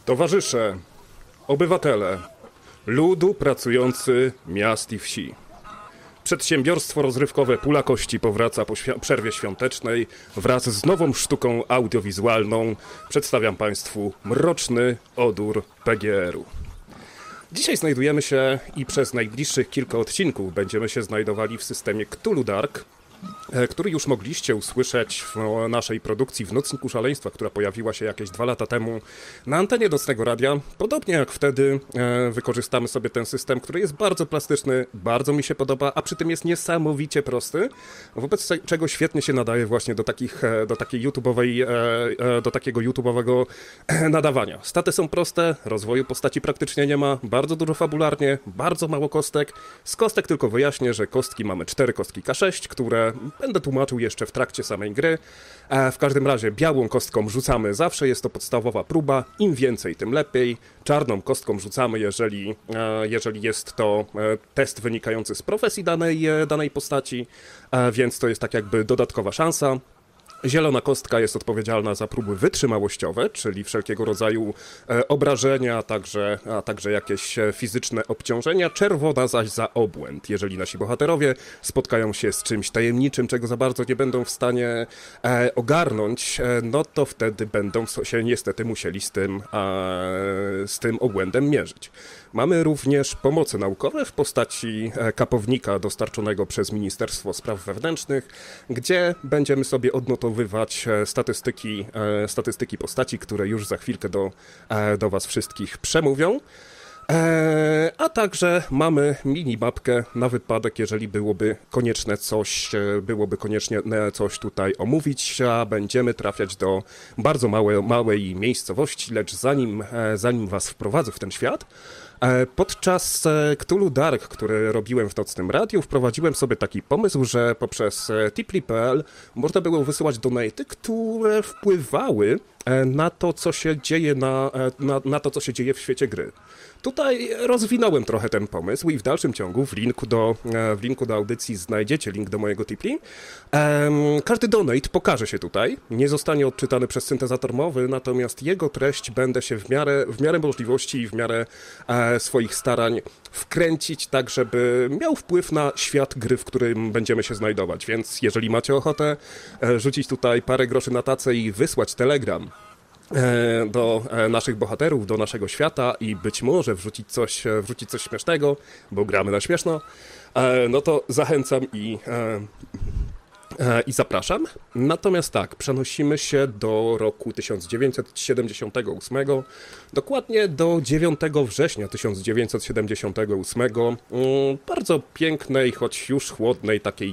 Towarzysze, obywatele, ludu pracujący miast i wsi. Przedsiębiorstwo rozrywkowe Pula Kości powraca po przerwie świątecznej wraz z nową sztuką audiowizualną. Przedstawiam Państwu Mroczny Odór PGR-u. Dzisiaj znajdujemy się i przez najbliższych kilka odcinków będziemy się znajdowali w systemie Cthulhu Dark, który już mogliście usłyszeć w naszej produkcji w Nocniku Szaleństwa, która pojawiła się jakieś 2 lata temu na antenie Nocnego Radia. Podobnie jak wtedy wykorzystamy sobie ten system, który jest bardzo plastyczny, bardzo mi się podoba, a przy tym jest niesamowicie prosty, wobec czego świetnie się nadaje właśnie do takiego YouTube'owego nadawania. Staty są proste, rozwoju postaci praktycznie nie ma, bardzo dużo fabularnie, bardzo mało kostek. Z kostek tylko wyjaśnię, że kostki mamy 4 kostki K6, które będę tłumaczył jeszcze w trakcie samej gry. W każdym razie białą kostką rzucamy zawsze, jest to podstawowa próba. Im więcej, tym lepiej. Czarną kostką rzucamy, jeżeli jest to test wynikający z profesji danej postaci, więc to jest tak jakby dodatkowa szansa. Zielona kostka jest odpowiedzialna za próby wytrzymałościowe, czyli wszelkiego rodzaju obrażenia, a także jakieś fizyczne obciążenia. Czerwona zaś za obłęd. Jeżeli nasi bohaterowie spotkają się z czymś tajemniczym, czego za bardzo nie będą w stanie ogarnąć, no to wtedy będą się niestety musieli z tym obłędem mierzyć. Mamy również pomoce naukowe w postaci kapownika dostarczonego przez Ministerstwo Spraw Wewnętrznych, gdzie będziemy sobie odnotowywać statystyki postaci, które już za chwilkę do Was wszystkich przemówią. A także mamy minimapkę na wypadek, jeżeli byłoby koniecznie coś tutaj omówić, a będziemy trafiać do bardzo małej miejscowości, lecz zanim Was wprowadzę w ten świat, podczas Cthulhu Dark, który robiłem w Nocnym Radiu, wprowadziłem sobie taki pomysł, że poprzez tipli.pl można było wysyłać donaty, które wpływały na to, co się dzieje na to, co się dzieje w świecie gry. Tutaj rozwinąłem trochę ten pomysł i w dalszym ciągu w linku do audycji znajdziecie link do mojego tipli. Każdy donate pokaże się tutaj, nie zostanie odczytany przez syntezator mowy, natomiast jego treść będę się w miarę możliwości i w miarę swoich starań wkręcić tak, żeby miał wpływ na świat gry, w którym będziemy się znajdować. Więc jeżeli macie ochotę rzucić tutaj parę groszy na tacę i wysłać telegram do naszych bohaterów, do naszego świata i być może wrzucić coś śmiesznego, bo gramy na śmieszno, no to zachęcam i zapraszam. Natomiast tak, przenosimy się do roku 1978, dokładnie do 9 września 1978, bardzo pięknej, choć już chłodnej, takiej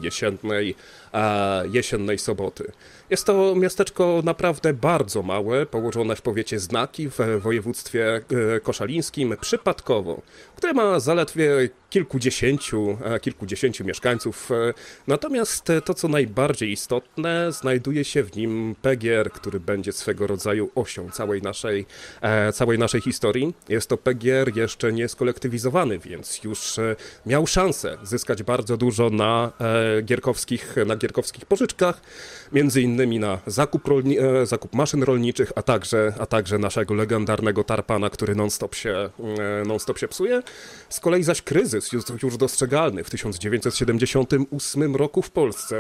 jesiennej soboty. Jest to miasteczko naprawdę bardzo małe, położone w powiecie Znaki w województwie koszalińskim, przypadkowo, które ma zaledwie kilkudziesięciu mieszkańców. Natomiast to, co najbardziej istotne, znajduje się w nim PGR, który będzie swego rodzaju osią całej naszej historii. Jest to PGR jeszcze nie skolektywizowany, więc już miał szansę zyskać bardzo dużo na gierkowskich pożyczkach, między innymi na zakup maszyn rolniczych, a także naszego legendarnego tarpana, który non-stop się psuje. Z kolei zaś kryzys już dostrzegalny w 1978 roku w Polsce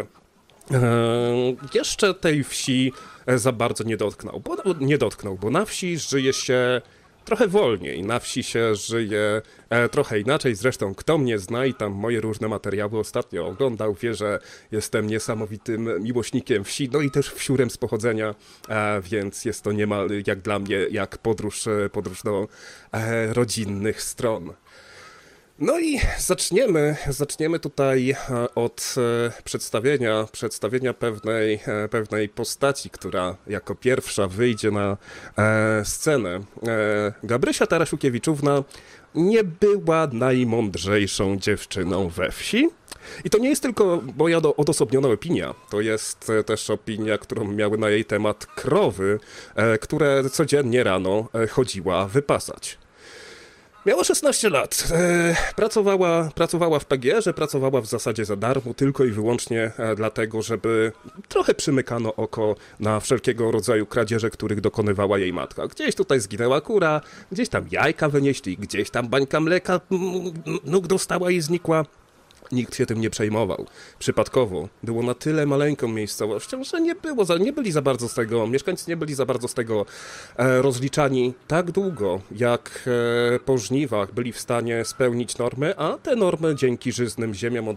jeszcze tej wsi za bardzo nie dotknął, bo na wsi żyje się trochę wolniej, na wsi się żyje trochę inaczej. Zresztą kto mnie zna i tam moje różne materiały ostatnio oglądał, wie, że jestem niesamowitym miłośnikiem wsi, no i też wsiurem z pochodzenia, więc jest to niemal jak dla mnie jak podróż do rodzinnych stron. No i zaczniemy tutaj od przedstawienia pewnej postaci, która jako pierwsza wyjdzie na scenę. Gabrysia Tarasiukiewiczówna nie była najmądrzejszą dziewczyną we wsi. I to nie jest tylko moja odosobniona opinia, to jest też opinia, którą miały na jej temat krowy, które codziennie rano chodziła wypasać. Miała 16 lat. Pracowała w PGR-ze, pracowała w zasadzie za darmo, tylko i wyłącznie dlatego, żeby trochę przymykano oko na wszelkiego rodzaju kradzieże, których dokonywała jej matka. Gdzieś tutaj zginęła kura, gdzieś tam jajka wynieśli, gdzieś tam bańka mleka nóg dostała i znikła. Nikt się tym nie przejmował. Przypadkowo było na tyle maleńką miejscowością, że mieszkańcy nie byli za bardzo z tego rozliczani tak długo, jak po żniwach byli w stanie spełnić normy, a te normy dzięki żyznym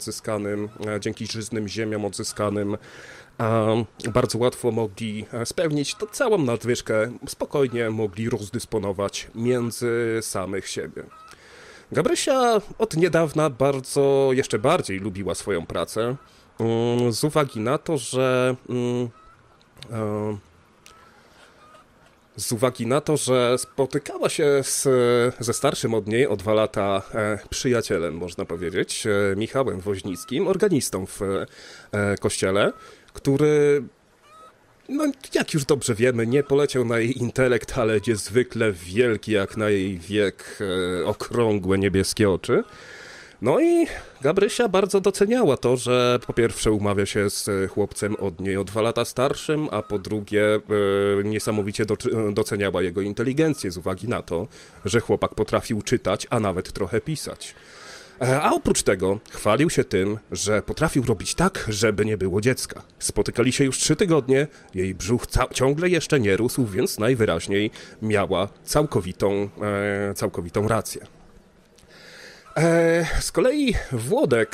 ziemiom odzyskanym bardzo łatwo mogli spełnić, to całą nadwyżkę spokojnie mogli rozdysponować między samych siebie. Gabrysia od niedawna jeszcze bardziej lubiła swoją pracę, z uwagi na to, że spotykała się ze starszym od niej o 2 lata przyjacielem, można powiedzieć, Michałem Woźnickim, organistą w kościele, który, jak już dobrze wiemy, nie poleciał na jej intelekt, ale niezwykle wielki, jak na jej wiek, okrągłe niebieskie oczy. No i Gabrysia bardzo doceniała to, że po pierwsze umawia się z chłopcem od niej o 2 lata starszym, a po drugie niesamowicie doceniała jego inteligencję z uwagi na to, że chłopak potrafił czytać, a nawet trochę pisać. A oprócz tego chwalił się tym, że potrafił robić tak, żeby nie było dziecka. Spotykali się już 3 tygodnie, jej brzuch ciągle jeszcze nie rósł, więc najwyraźniej miała całkowitą rację. Z kolei Włodek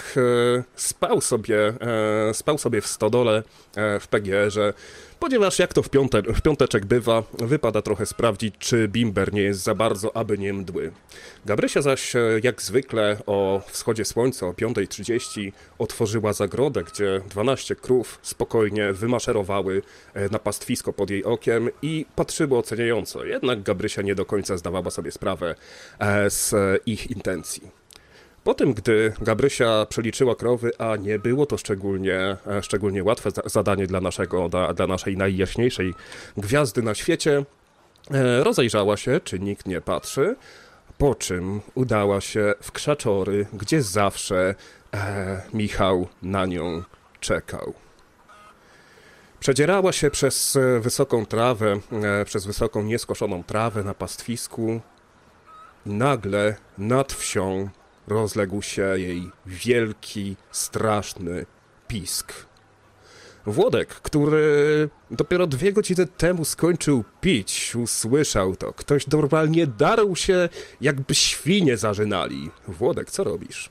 spał sobie w stodole w PGR-ze, ponieważ jak to w piąteczek bywa, wypada trochę sprawdzić, czy bimber nie jest za bardzo, aby nie mdły. Gabrysia zaś jak zwykle o wschodzie słońca o 5:30 otworzyła zagrodę, gdzie 12 krów spokojnie wymaszerowały na pastwisko pod jej okiem i patrzyły oceniająco. Jednak Gabrysia nie do końca zdawała sobie sprawę z ich intencji. Potem, gdy Gabrysia przeliczyła krowy, a nie było to szczególnie łatwe zadanie dla naszej najjaśniejszej gwiazdy na świecie, rozejrzała się, czy nikt nie patrzy, po czym udała się w krzaczory, gdzie zawsze Michał na nią czekał. Przedzierała się przez wysoką trawę, przez wysoką nieskoszoną trawę na pastwisku. Nagle nad wsią rozległ się jej wielki, straszny pisk. Włodek, który dopiero 2 godziny temu skończył pić, usłyszał to. Ktoś normalnie darł się, jakby świnie zarzynali. Włodek, co robisz?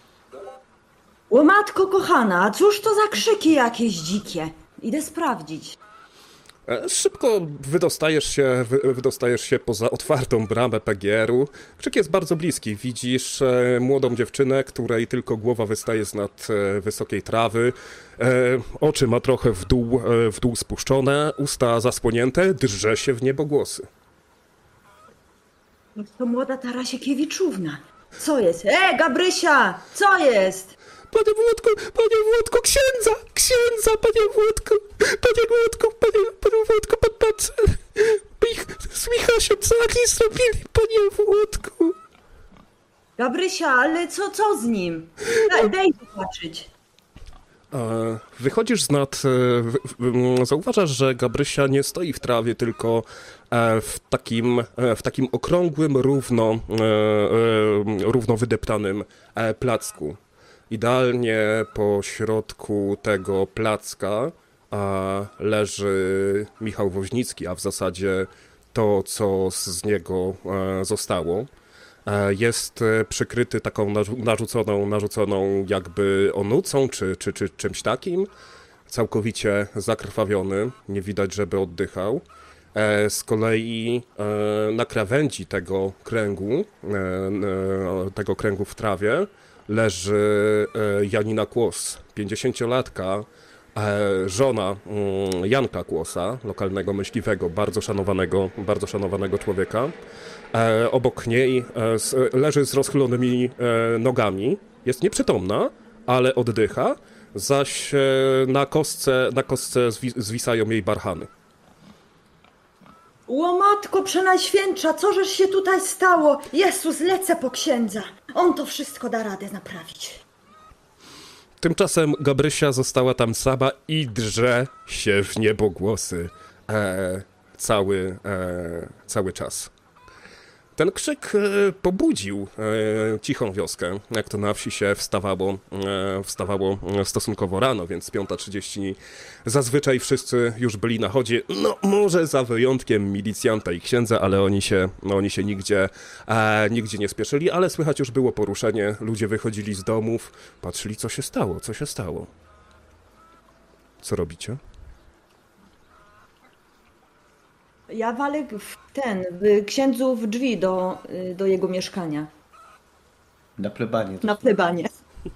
O matko kochana, a cóż to za krzyki jakieś dzikie? Idę sprawdzić. Szybko wydostajesz się poza otwartą bramę PGR-u. Krzyk jest bardzo bliski. Widzisz młodą dziewczynę, której tylko głowa wystaje z nad wysokiej trawy. Oczy ma trochę w dół spuszczone, usta zasłonięte, drże się w niebogłosy. To młoda Tarasiekiewiczowa. Co jest? Gabrysia! Co jest? Panie Włodku, księdza, panie Włodku, pan patrzy. Z Michasiem co zrobili, panie Włodku. Gabrysia, ale co z nim? Daj zobaczyć. Wychodzisz zauważasz, że Gabrysia nie stoi w trawie, tylko w takim okrągłym, równo wydeptanym placku. Idealnie po środku tego placka leży Michał Woźnicki, a w zasadzie to, co z niego zostało. Jest przykryty taką narzuconą jakby onucą, czy czymś takim. Całkowicie zakrwawiony, nie widać, żeby oddychał. Z kolei na krawędzi tego kręgu w trawie leży Janina Kłos, 50-latka, żona Janka Kłosa, lokalnego myśliwego, bardzo szanowanego człowieka. Obok niej leży z rozchylonymi nogami, jest nieprzytomna, ale oddycha, zaś na kostce zwisają jej barchany. Łomatko Przenajświętsza, co żeś się tutaj stało? Jezus, lecę po księdza. On to wszystko da radę naprawić. Tymczasem Gabrysia została tam sama i drze się w niebogłosy cały czas. Ten krzyk pobudził cichą wioskę, jak to na wsi się wstawało stosunkowo rano, więc 5:30 zazwyczaj wszyscy już byli na chodzie, no może za wyjątkiem milicjanta i księdza, ale oni się nigdzie nie spieszyli, ale słychać już było poruszenie, ludzie wychodzili z domów, patrzyli co się stało. Co robicie? Ja walę w księdzu w drzwi do jego mieszkania. Na plebanie. Na plebanie.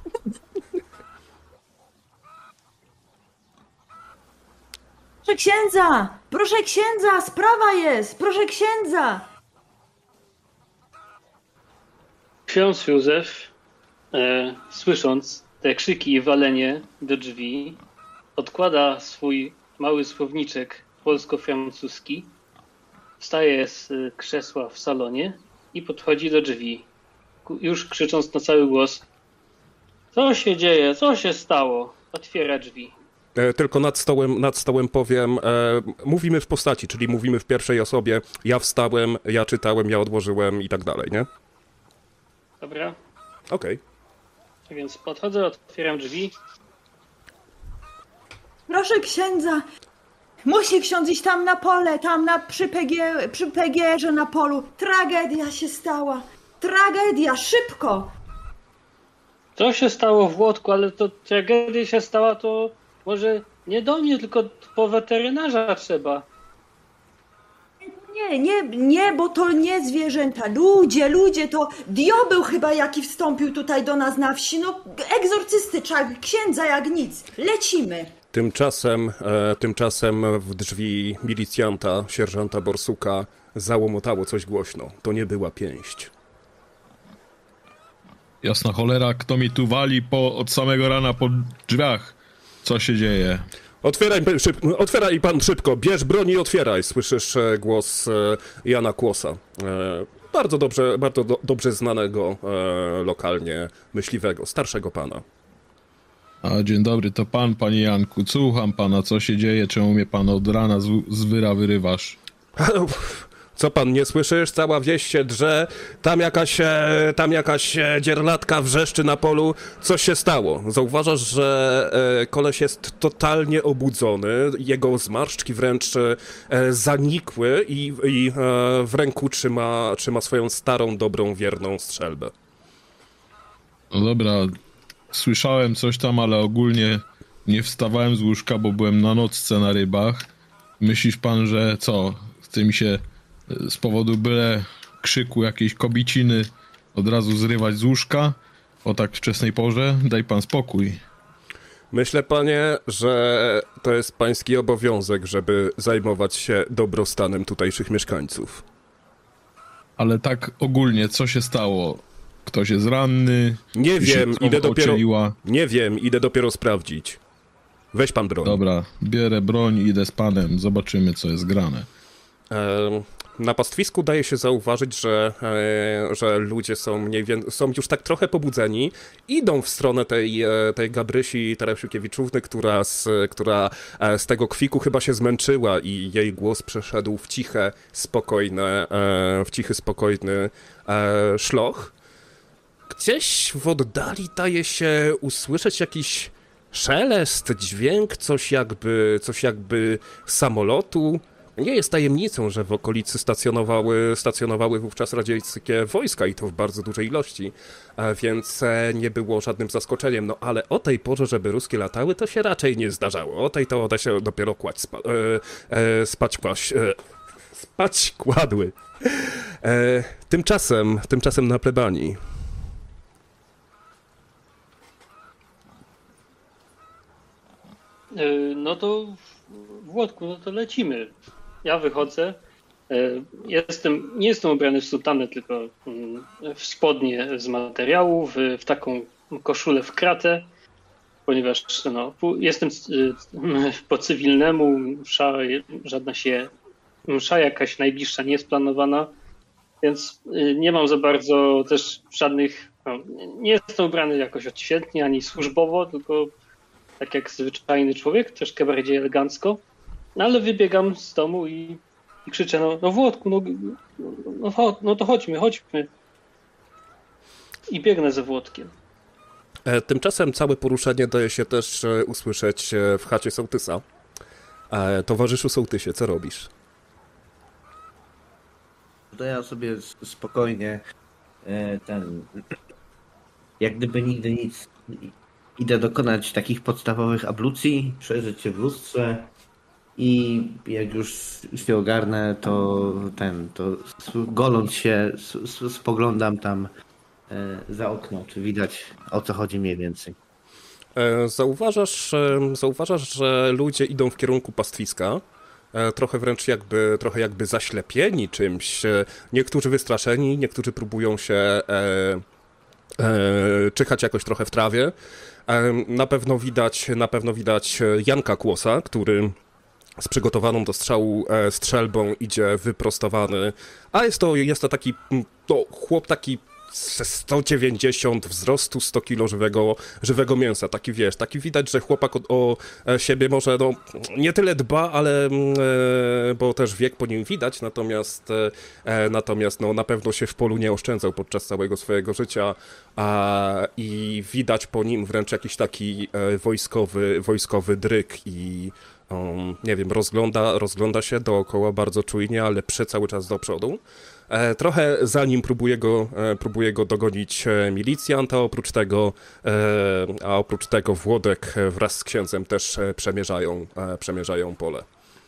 Proszę księdza, sprawa jest, proszę księdza. Ksiądz Józef, słysząc te krzyki i walenie do drzwi, odkłada swój mały słowniczek polsko-francuski, wstaje z krzesła w salonie i podchodzi do drzwi, już krzycząc na cały głos: co się dzieje, co się stało? Otwiera drzwi. Tylko nad stołem powiem, mówimy w postaci, czyli mówimy w pierwszej osobie, ja wstałem, ja czytałem, ja odłożyłem i tak dalej, nie? Dobra. Okej. Więc podchodzę, otwieram drzwi. Proszę księdza, musi ksiądz iść tam na pole, tam przy Pegierze na polu. Tragedia się stała. Tragedia, szybko. Co się stało w Włodku, ale to tragedia się stała, to może nie do mnie, tylko po weterynarza trzeba. Nie, bo to nie zwierzęta. Ludzie, to diobeł chyba jaki wstąpił tutaj do nas na wsi. No, egzorcysty, księdza jak nic. Lecimy. Tymczasem w drzwi milicjanta, sierżanta Borsuka, załomotało coś głośno. To nie była pięść. Jasna cholera, kto mi tu wali od samego rana po drzwiach? Co się dzieje? Otwieraj pan szybko, bierz broń i otwieraj. Słyszysz głos Jana Kłosa. Bardzo dobrze znanego lokalnie myśliwego, starszego pana. A dzień dobry, to pan, panie Janku. Słucham pana, co się dzieje? Czemu mnie pan od rana z wyra wyrywasz? Co pan nie słyszysz? Cała wieś się drze, tam jakaś dzierlatka wrzeszczy na polu. Co się stało? Zauważasz, że koleś jest totalnie obudzony, jego zmarszczki wręcz zanikły i w ręku trzyma swoją starą, dobrą, wierną strzelbę. No dobra, słyszałem coś tam, ale ogólnie nie wstawałem z łóżka, bo byłem na nocce na rybach. Myślisz pan, że co? Chce mi się z powodu byle krzyku jakiejś kobiciny od razu zrywać z łóżka o tak wczesnej porze? Daj pan spokój. Myślę, panie, że to jest pański obowiązek, żeby zajmować się dobrostanem tutejszych mieszkańców. Ale tak ogólnie, co się stało? Ktoś jest ranny? Nie wiem, idę dopiero oceniła? sprawdzić. Weź pan broń. Dobra, bierę broń i idę z panem. Zobaczymy, co jest grane. Na pastwisku daje się zauważyć, że ludzie są już tak trochę pobudzeni, idą w stronę tej Gabrysi Teresiukiewiczówny, która z tego kwiku chyba się zmęczyła i jej głos przeszedł w cichy, spokojny szloch. Gdzieś w oddali daje się usłyszeć jakiś szelest, dźwięk, coś jakby samolotu. Nie jest tajemnicą, że w okolicy stacjonowały wówczas radzieckie wojska i to w bardzo dużej ilości, więc nie było żadnym zaskoczeniem. No ale o tej porze, żeby ruskie latały, to się raczej nie zdarzało. O tej to one się dopiero spać kładły. Tymczasem na plebanii. No to Włodku, no to lecimy. Ja wychodzę. Nie jestem ubrany w sutannę, tylko w spodnie z materiału, w taką koszulę w kratę, ponieważ jestem po cywilnemu, żadna się msza jakaś najbliższa nie jest planowana, więc nie mam za bardzo też żadnych, nie jestem ubrany jakoś odświętnie ani służbowo, tylko tak jak zwyczajny człowiek, troszkę bardziej elegancko, no ale wybiegam z domu i krzyczę, no Włodku, no to chodźmy. I biegnę ze Włodkiem. Tymczasem całe poruszenie daje się też usłyszeć w chacie sołtysa. Towarzyszu sołtysie, co robisz? To ja sobie spokojnie jak gdyby nigdy nic, idę dokonać takich podstawowych ablucji, przejrzeć się w lustrze i jak już się ogarnę, to goląc się spoglądam tam za okno, czy widać, o co chodzi mniej więcej. Zauważasz, że ludzie idą w kierunku pastwiska, trochę wręcz jakby zaślepieni czymś. Niektórzy wystraszeni, niektórzy próbują się czyhać jakoś trochę w trawie. Na pewno widać Janka Kłosa, który z przygotowaną do strzału strzelbą idzie wyprostowany, a jest to taki chłop taki 190 wzrostu, 100 kilo żywego mięsa. Taki widać, że chłopak o siebie może nie tyle dba, ale bo też wiek po nim widać, natomiast na pewno się w polu nie oszczędzał podczas całego swojego życia i widać po nim wręcz jakiś taki wojskowy dryk i nie wiem, rozgląda się dookoła bardzo czujnie, ale przy cały czas do przodu. Trochę za nim próbuje go dogonić milicjant, a oprócz tego Włodek wraz z księdzem też przemierzają pole.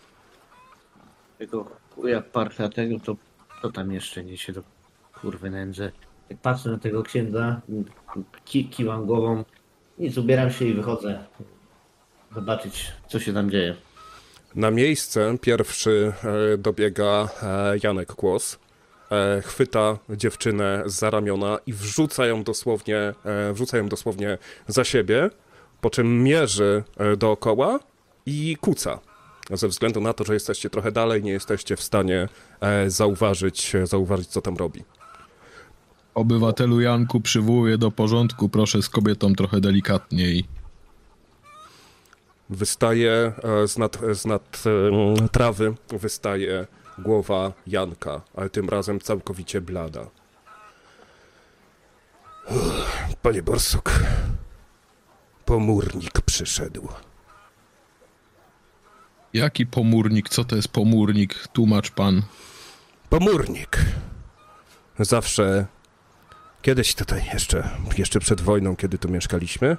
Tego chuja parcha tego, to tam jeszcze niesie do kurwy nędzy. Jak patrzę na tego księdza, kiwam głową, nic, ubieram się i wychodzę zobaczyć, co się tam dzieje. Na miejsce pierwszy dobiega Janek Kłos. Chwyta dziewczynę za ramiona i wrzuca ją dosłownie za siebie, po czym mierzy dookoła i kuca. Ze względu na to, że jesteście trochę dalej, nie jesteście w stanie zauważyć, co tam robi. Obywatelu Janku, przywołuję do porządku, proszę z kobietą trochę delikatniej. Wystaje z nad trawy, wystaje głowa Janka, ale tym razem całkowicie blada. Panie Borsuk, pomórnik przyszedł. Jaki pomórnik? Co to jest pomórnik? Tłumacz pan. Pomórnik. Zawsze, kiedyś tutaj jeszcze przed wojną, kiedy tu mieszkaliśmy,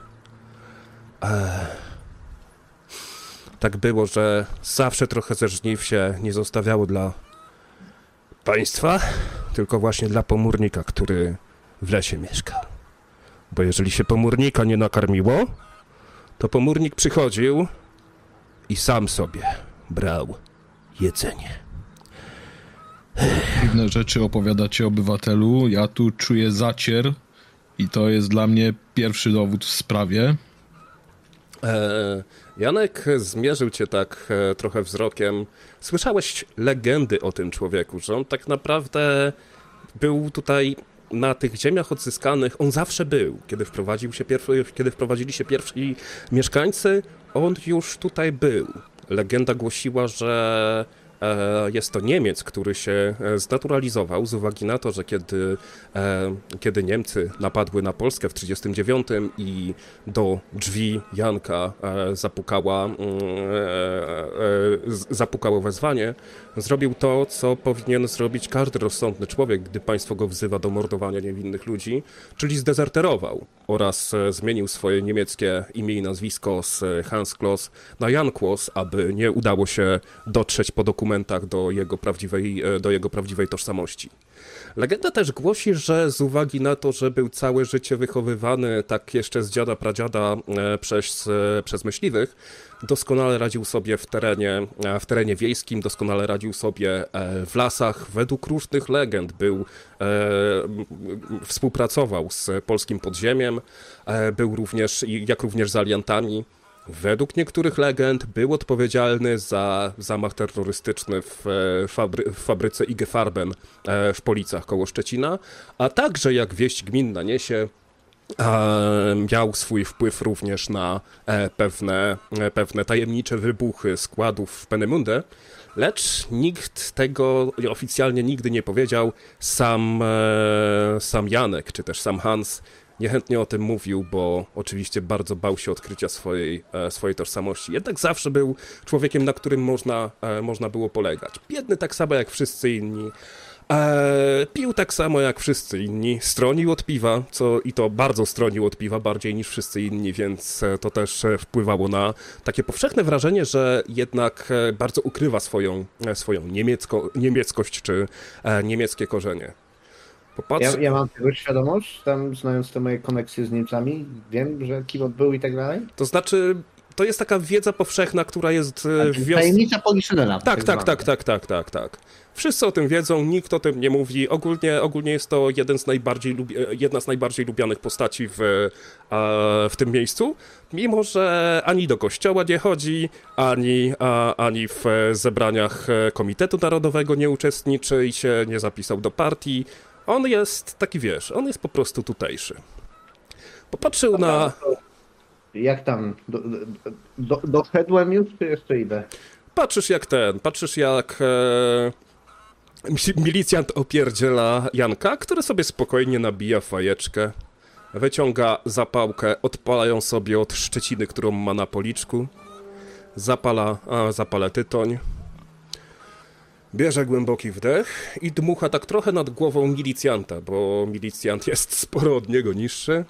tak było, że zawsze trochę ze żniw się nie zostawiało dla państwa, tylko właśnie dla pomórnika, który w lesie mieszkał. Bo jeżeli się pomórnika nie nakarmiło, to pomórnik przychodził i sam sobie brał jedzenie. Dziwne rzeczy opowiadacie, obywatelu. Ja tu czuję zacier i to jest dla mnie pierwszy dowód w sprawie. Janek zmierzył cię tak trochę wzrokiem. Słyszałeś legendy o tym człowieku, że on tak naprawdę był tutaj na tych ziemiach odzyskanych. On zawsze był. Kiedy wprowadzili się pierwsi mieszkańcy, on już tutaj był. Legenda głosiła, że jest to Niemiec, który się znaturalizował z uwagi na to, że kiedy Niemcy napadły na Polskę w 1939 i do drzwi Janka zapukało wezwanie, zrobił to, co powinien zrobić każdy rozsądny człowiek, gdy państwo go wzywa do mordowania niewinnych ludzi, czyli zdezerterował oraz zmienił swoje niemieckie imię i nazwisko z Hans Kloss na Jan Kłos, aby nie udało się dotrzeć po dokumentach do jego prawdziwej tożsamości. Legenda też głosi, że z uwagi na to, że był całe życie wychowywany tak jeszcze z dziada pradziada przez myśliwych, doskonale radził sobie w terenie wiejskim, doskonale radził sobie w lasach. Według różnych legend współpracował z polskim podziemiem, był również z aliantami. według niektórych legend był odpowiedzialny za zamach terrorystyczny w fabryce IG Farben w Policach koło Szczecina, a także, jak wieść gminna niesie, miał swój wpływ również na pewne tajemnicze wybuchy składów w Peenemunde, lecz nikt tego oficjalnie nigdy nie powiedział. Sam Janek, czy też sam Hans niechętnie o tym mówił, bo oczywiście bardzo bał się odkrycia swojej tożsamości. Jednak zawsze był człowiekiem, na którym można było polegać. Biedny tak samo jak wszyscy inni. Pił tak samo jak wszyscy inni, stronił od piwa, i to bardzo stronił od piwa, bardziej niż wszyscy inni, więc to też wpływało na takie powszechne wrażenie, że jednak bardzo ukrywa swoją niemieckość czy niemieckie korzenie. Ja mam tego świadomość, tam znając te moje koneksje z Niemcami, wiem, że Kiwot był i tak dalej. To znaczy, to jest taka wiedza powszechna, która jest w tajemnica Poliszynela. Tak. Wszyscy o tym wiedzą, nikt o tym nie mówi. Ogólnie jest to jedna z najbardziej lubianych postaci w tym miejscu, mimo że ani do kościoła nie chodzi, ani w zebraniach Komitetu Narodowego nie uczestniczy i się nie zapisał do partii. On jest taki, on jest po prostu tutejszy. Popatrzył na... Jak tam? Doszedłem już, czy jeszcze idę? Patrzysz jak milicjant opierdziela Janka, który sobie spokojnie nabija fajeczkę, wyciąga zapałkę, odpalają sobie od szczeciny, którą ma na policzku, zapala tytoń, bierze głęboki wdech i dmucha tak trochę nad głową milicjanta, bo milicjant jest sporo od niego niższy.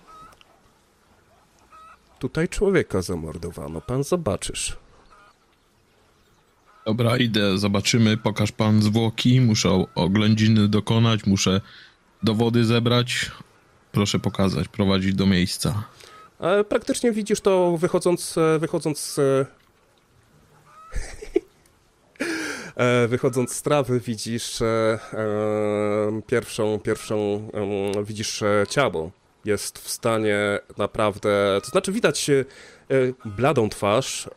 Tutaj człowieka zamordowano, pan zobaczysz. Dobra, idę, zobaczymy, pokaż pan zwłoki, muszę oględziny dokonać, muszę dowody zebrać. Proszę pokazać, prowadzić do miejsca. Praktycznie widzisz to wychodząc z trawy, widzisz widzisz ciało. Jest w stanie naprawdę, to znaczy widać bladą twarz,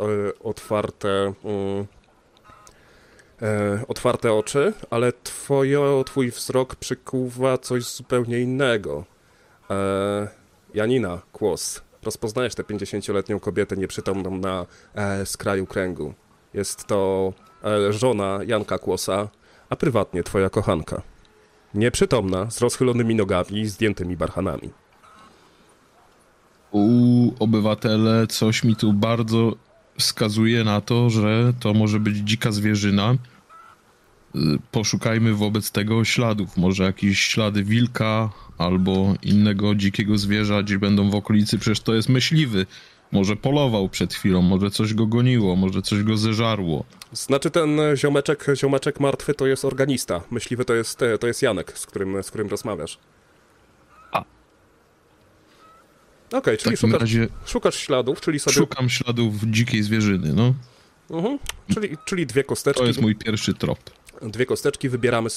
otwarte oczy, ale twój wzrok przykuwa coś zupełnie innego. Janina Kłos. Rozpoznajesz tę 50-letnią kobietę nieprzytomną na skraju kręgu. Jest to żona Janka Kłosa, a prywatnie twoja kochanka. Nieprzytomna, z rozchylonymi nogami i zdjętymi barchanami. Obywatele, coś mi tu bardzo wskazuje na to, że to może być dzika zwierzyna. Poszukajmy wobec tego śladów. Może jakieś ślady wilka albo innego dzikiego zwierza gdzieś będą w okolicy. Przecież to jest myśliwy. Może polował przed chwilą, może coś go goniło, może coś go zeżarło. Znaczy ten ziomeczek martwy to jest organista. Myśliwy to jest Janek, z którym rozmawiasz. Okej, czyli szukasz śladów, czyli sobie... Szukam śladów dzikiej zwierzyny, no. Czyli dwie kosteczki. To jest mój pierwszy trop. Dwie kosteczki, wybieramy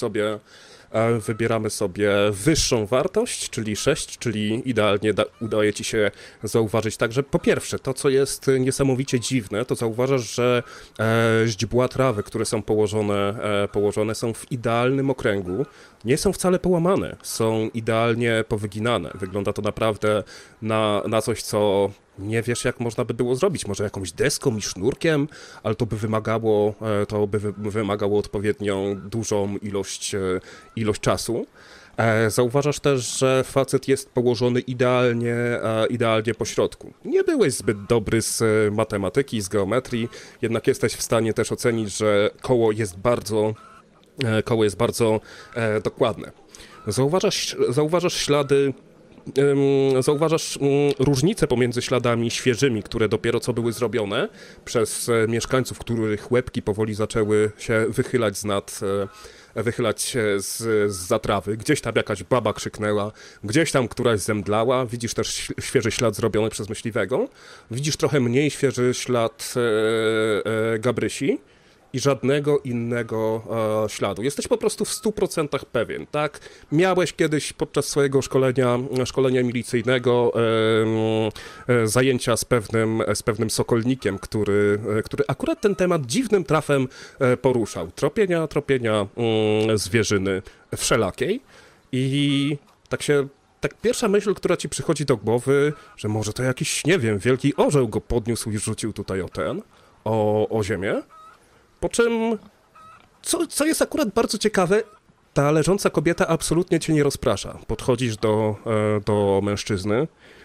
sobie wyższą wartość, czyli 6, czyli idealnie udaje ci się zauważyć także, po pierwsze, to co jest niesamowicie dziwne, to zauważasz, że źdźbła trawy, które są położone są w idealnym okręgu, nie są wcale połamane, są idealnie powyginane. Wygląda to naprawdę na coś, co nie wiesz, jak można by było zrobić. Może jakąś deską i sznurkiem, ale to by wymagało odpowiednią dużą ilość czasu. Zauważasz też, że facet jest położony idealnie po środku. Nie byłeś zbyt dobry z matematyki, z geometrii, jednak jesteś w stanie też ocenić, że koło jest bardzo dokładne. Zauważasz ślady. Zauważasz różnicę pomiędzy śladami świeżymi, które dopiero co były zrobione przez mieszkańców, których łebki powoli zaczęły się wychylać z zatrawy. Gdzieś tam jakaś baba krzyknęła, gdzieś tam któraś zemdlała. Widzisz też świeży ślad zrobiony przez myśliwego. Widzisz trochę mniej świeży ślad Gabrysi i żadnego innego śladu. Jesteś po prostu w 100% pewien, tak? Miałeś kiedyś podczas swojego szkolenia milicyjnego zajęcia z pewnym sokolnikiem, który akurat ten temat dziwnym trafem poruszał. Tropienia zwierzyny wszelakiej i tak pierwsza myśl, która ci przychodzi do głowy, że może to jakiś, nie wiem, wielki orzeł go podniósł i rzucił tutaj o ziemię. Po czym, co jest akurat bardzo ciekawe, ta leżąca kobieta absolutnie cię nie rozprasza. Podchodzisz do mężczyzny,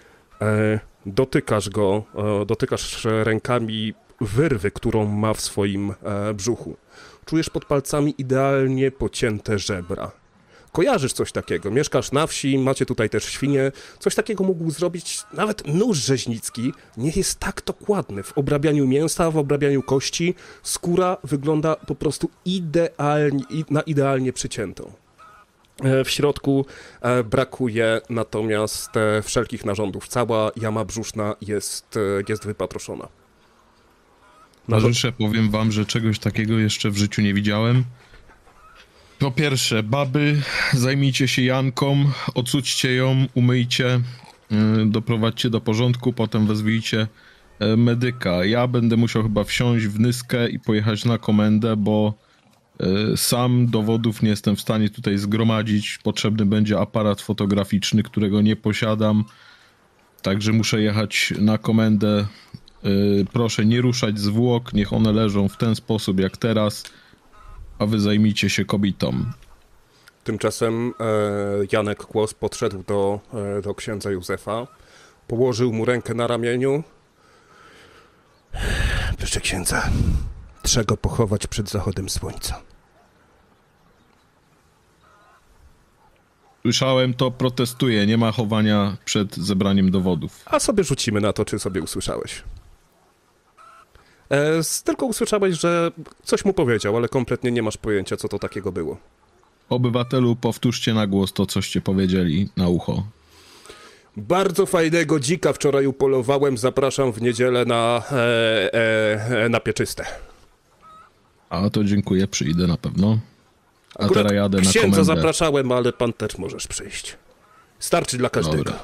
dotykasz rękami wyrwy, którą ma w swoim brzuchu. Czujesz pod palcami idealnie pocięte żebra. Kojarzysz coś takiego, mieszkasz na wsi, macie tutaj też świnie, coś takiego mógł zrobić nawet nóż rzeźnicki, nie jest tak dokładny w obrabianiu mięsa, w obrabianiu kości, skóra wygląda po prostu idealnie przyciętą. W środku brakuje natomiast wszelkich narządów, cała jama brzuszna jest wypatroszona. Towarzysze, powiem wam, że czegoś takiego jeszcze w życiu nie widziałem. Po pierwsze, baby, zajmijcie się Janką, ocućcie ją, umyjcie, doprowadźcie do porządku, potem wezwijcie medyka. Ja będę musiał chyba wsiąść w Nyskę i pojechać na komendę, bo sam dowodów nie jestem w stanie tutaj zgromadzić. Potrzebny będzie aparat fotograficzny, którego nie posiadam, także muszę jechać na komendę. Proszę nie ruszać zwłok, niech one leżą w ten sposób jak teraz, a wy zajmijcie się kobietą. Tymczasem Janek Kłos podszedł do księdza Józefa, położył mu rękę na ramieniu. Proszę księdza, trzeba go pochować przed zachodem słońca. Słyszałem to, protestuję, nie ma chowania przed zebraniem dowodów. A sobie rzucimy na to, czy sobie usłyszałeś. Tylko usłyszałeś, że coś mu powiedział, ale kompletnie nie masz pojęcia, co to takiego było. Obywatelu, powtórzcie na głos to, coście powiedzieli na ucho. Bardzo fajnego dzika wczoraj upolowałem, zapraszam w niedzielę na pieczyste. A to dziękuję, przyjdę na pewno. A Akurat teraz jadę na księdza komendę. zapraszałem, ale pan też możesz przyjść. Starczy dla każdego. Dobra.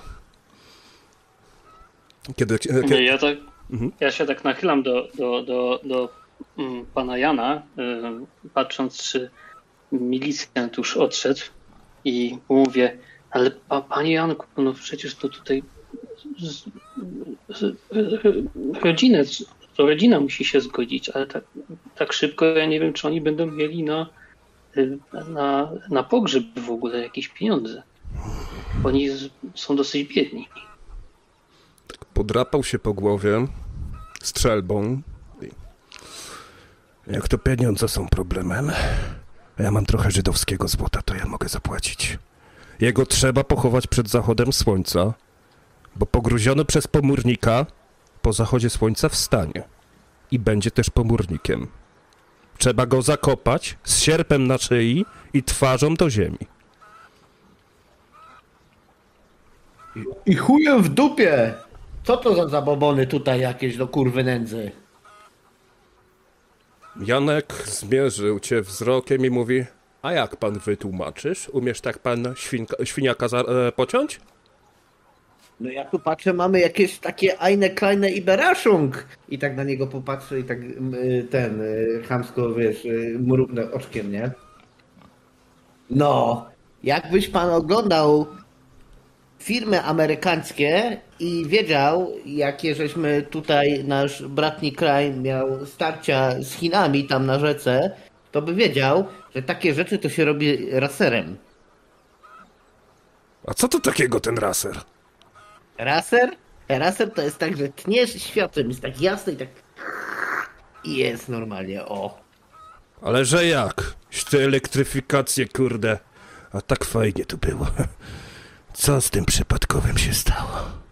Ja się tak nachylam do pana Jana, patrząc, czy milicjant już odszedł i mówię, ale panie Janku, no przecież to tutaj rodzina musi się zgodzić, ale tak szybko ja nie wiem, czy oni będą mieli na pogrzeb w ogóle jakieś pieniądze. Oni są dosyć biedni. Podrapał się po głowie strzelbą. Jak to pieniądze są problemem, ja mam trochę żydowskiego złota, to ja mogę zapłacić. Jego trzeba pochować przed zachodem słońca, bo pogruziony przez pomórnika po zachodzie słońca wstanie i będzie też pomórnikiem. Trzeba go zakopać z sierpem na szyi i twarzą do ziemi. I chujem w dupie! Co to za zabobony tutaj jakieś do kurwy nędzy? Janek zmierzył cię wzrokiem i mówi: a jak pan wytłumaczysz? Umiesz tak pan świniaka pociąć? No ja tu patrzę, mamy jakieś takie eine kleine Überraschung. I tak na niego popatrzę i tak chamsko, wiesz, mrugnę oczkiem, nie? No, jakbyś pan oglądał filmy amerykańskie i wiedział, jakie żeśmy tutaj, nasz bratni kraj miał starcia z Chinami tam na rzece, to by wiedział, że takie rzeczy to się robi raserem. A co to takiego ten raser? Raser? Raser to jest tak, że tniesz światłem, jest tak jasno i tak... I jest normalnie, o. Ale że jak? Te elektryfikacje, kurde. A tak fajnie tu było. Co z tym przypadkowym się stało?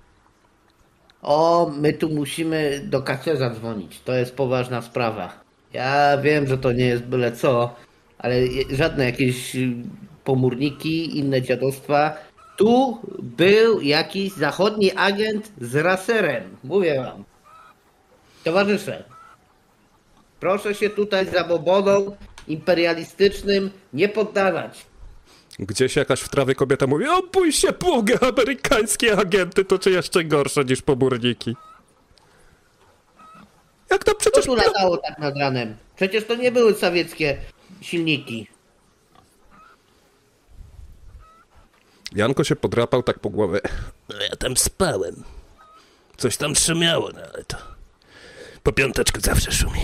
O, my tu musimy do kacerza dzwonić. To jest poważna sprawa. Ja wiem, że to nie jest byle co, ale żadne jakieś pomórniki, inne dziadostwa. Tu był jakiś zachodni agent z raserem. Mówię wam. Towarzysze. Proszę się tutaj zabobonom imperialistycznym nie poddawać. Gdzieś jakaś w trawie kobieta mówi: o, bój się Boga, amerykańskie agenty to czy jeszcze gorsze niż pobórniki. Jak to Co przecież... tu latało tak nad ranem? Przecież to nie były sowieckie silniki. Janko się podrapał tak po głowie. No ja tam spałem. Coś tam szumiało, no ale to... Po piąteczku zawsze szumi.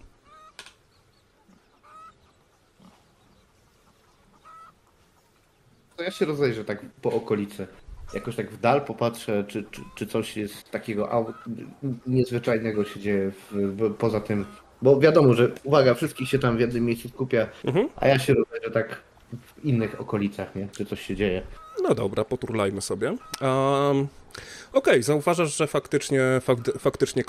To ja się rozejrzę tak po okolicy. Jakoś tak w dal popatrzę, czy coś jest takiego niezwyczajnego się dzieje poza tym. Bo wiadomo, że uwaga, wszystkich się tam w jednym miejscu skupia, a ja się rozejrzę tak w innych okolicach, nie? Czy coś się dzieje. No dobra, poturlajmy sobie. Okej, zauważasz, że faktycznie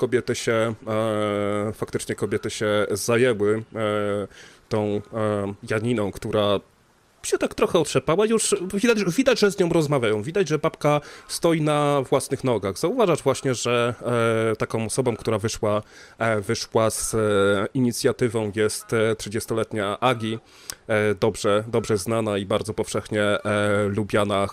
kobiety się zajęły tą Janiną, która się tak trochę otrzepała. Już widać, że z nią rozmawiają. Widać, że babka stoi na własnych nogach. Zauważasz właśnie, że taką osobą, która wyszła z inicjatywą jest 30-letnia Agi, dobrze znana i bardzo powszechnie lubiana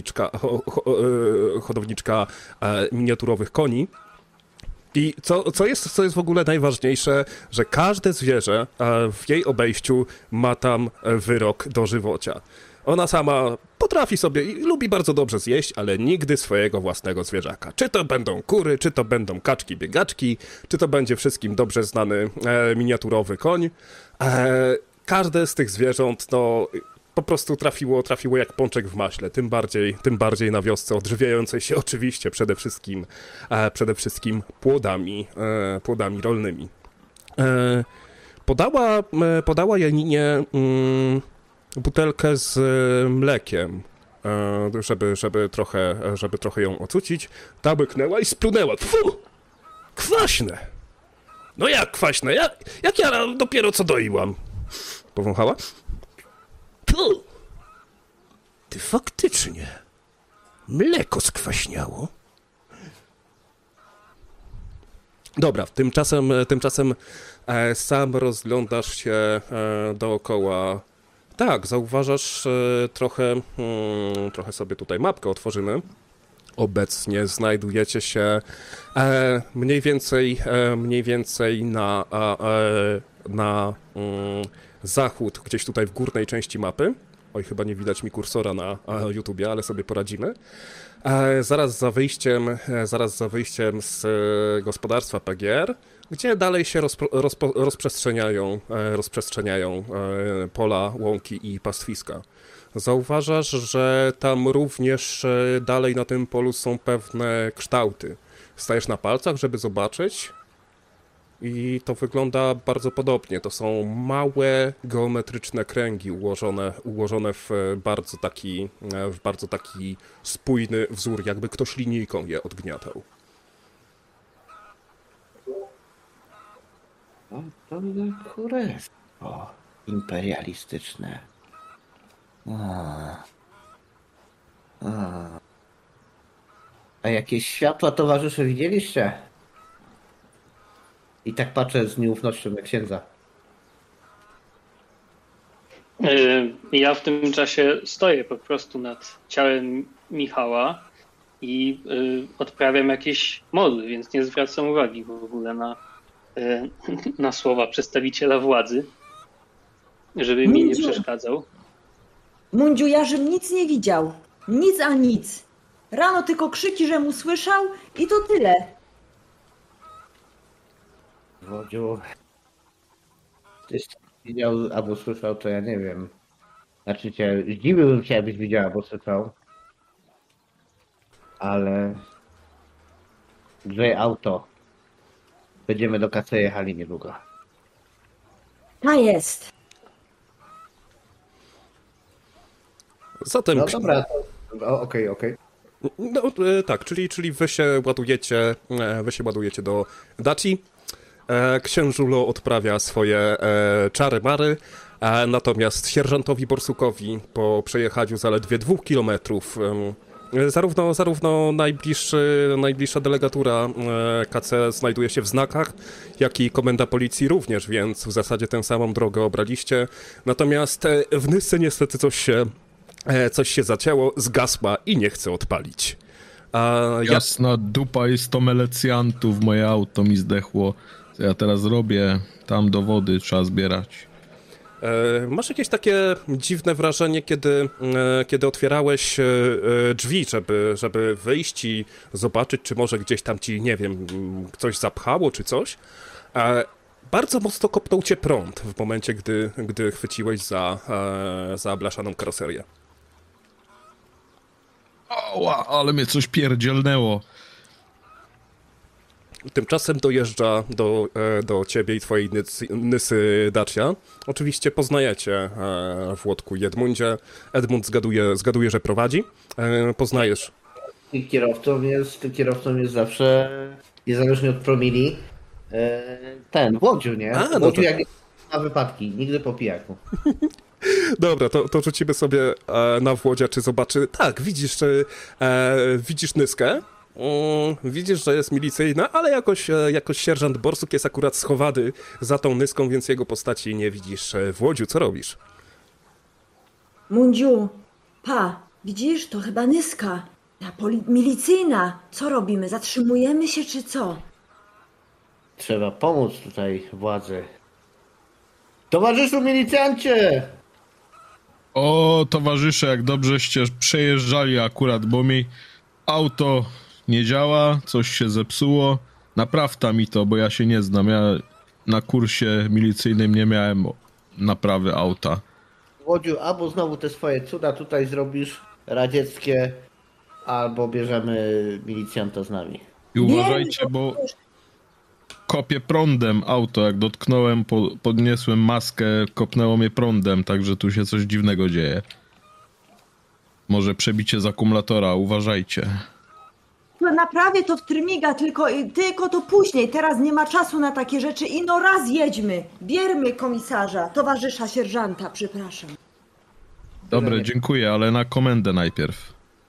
hodowniczka miniaturowych koni. I co jest w ogóle najważniejsze, że każde zwierzę w jej obejściu ma tam wyrok dożywocia. Ona sama potrafi sobie i lubi bardzo dobrze zjeść, ale nigdy swojego własnego zwierzaka. Czy to będą kury, czy to będą kaczki biegaczki, czy to będzie wszystkim dobrze znany miniaturowy koń. Każde z tych zwierząt, no... po prostu trafiło jak pączek w maśle, tym bardziej na wiosce odżywiającej się oczywiście przede wszystkim płodami rolnymi. Podała Janinie butelkę z mlekiem, żeby trochę ją ocucić. Ta łyknęła i splunęła. Fu! Kwaśne! No jak kwaśne? Jak ja dopiero co doiłam? Powąchała? Puh. Ty faktycznie. Mleko skwaśniało. Dobra, tymczasem sam rozglądasz się dookoła. Tak, zauważasz trochę sobie tutaj mapkę otworzymy. Obecnie znajdujecie się mniej więcej na zachód, gdzieś tutaj w górnej części mapy. Oj, chyba nie widać mi kursora na YouTubie, ale sobie poradzimy. Zaraz za wyjściem z gospodarstwa PGR, gdzie dalej się rozprzestrzeniają pola, łąki i pastwiska. Zauważasz, że tam również dalej na tym polu są pewne kształty. Stajesz na palcach, żeby zobaczyć. I to wygląda bardzo podobnie. To są małe, geometryczne kręgi ułożone w bardzo taki spójny wzór, jakby ktoś linijką je odgniatał. No to kurestwo imperialistyczne. A jakieś światła, towarzysze, widzieliście? I tak patrzę z nieufnością na księdza. Ja w tym czasie stoję po prostu nad ciałem Michała i odprawiam jakieś modły, więc nie zwracam uwagi w ogóle na słowa przedstawiciela władzy, żeby mi nie przeszkadzał. Mundziu, ja żem nic nie widział. Nic a nic. Rano tylko krzyki, żem usłyszał i to tyle. Wodziu, tyś widział albo słyszał, to ja nie wiem. Znaczy zdziwiłbym się, jakbyś widział albo słyszał. Ale... Grzej auto. Będziemy do kasy jechali niedługo. Ta jest. Zatem... No dobra, okej. No tak, czyli wy się ładujecie do Daci. Księżulo odprawia swoje czary-mary, natomiast sierżantowi Borsukowi po przejechaniu zaledwie 2 kilometrów Zarówno najbliższa delegatura KC znajduje się w Znakach, jak i komenda policji również, więc w zasadzie tę samą drogę obraliście. Natomiast w Nysce niestety coś się zacięło, zgasła i nie chce odpalić. Jasna dupa i 100 melecjantów, moje auto mi zdechło. Co ja teraz robię? Tam do wody trzeba zbierać. Masz jakieś takie dziwne wrażenie, kiedy otwierałeś drzwi, żeby wyjść i zobaczyć, czy może gdzieś tam ci, nie wiem, coś zapchało, czy coś. Bardzo mocno kopnął cię prąd w momencie, gdy chwyciłeś za blaszaną karoserię. Ała, ale mnie coś pierdzielnęło. Tymczasem dojeżdża do ciebie i twojej Nysy Dacia. Oczywiście poznajecie Włodku i Edmundzie. Edmund zgaduje, że prowadzi. Poznajesz. Kierowcą jest zawsze, niezależnie od promili, Włodziu, nie? Włodziu jak ma wypadki, nigdy po pijaku. Dobra, to rzucimy sobie na Włodzia, czy zobaczy. Tak, widzisz Nyskę. Widzisz, że jest milicyjna, ale jakoś sierżant Borsuk jest akurat schowany za tą Nyską, więc jego postaci nie widzisz. Włodziu, co robisz? Mundziu, widzisz, to chyba Nyska. Milicyjna. Co robimy? Zatrzymujemy się, czy co? Trzeba pomóc tutaj władzy. Towarzyszu milicjancie! O, towarzysze, jak dobrzeście przejeżdżali akurat, bo mi auto nie działa, coś się zepsuło. Naprawta mi to, bo ja się nie znam. Ja na kursie milicyjnym nie miałem naprawy auta. Włodziu, albo znowu te swoje cuda tutaj zrobisz, radzieckie, albo bierzemy milicjanta z nami. I uważajcie, bo kopię prądem auto. Jak dotknąłem, podniosłem maskę, kopnęło mnie prądem, także tu się coś dziwnego dzieje. Może przebicie z akumulatora, uważajcie. No naprawię to w trymiga, tylko to później. Teraz nie ma czasu na takie rzeczy. Raz jedźmy. Bierzmy komisarza, towarzysza sierżanta, przepraszam. Dobre, dziękuję, ale na komendę najpierw.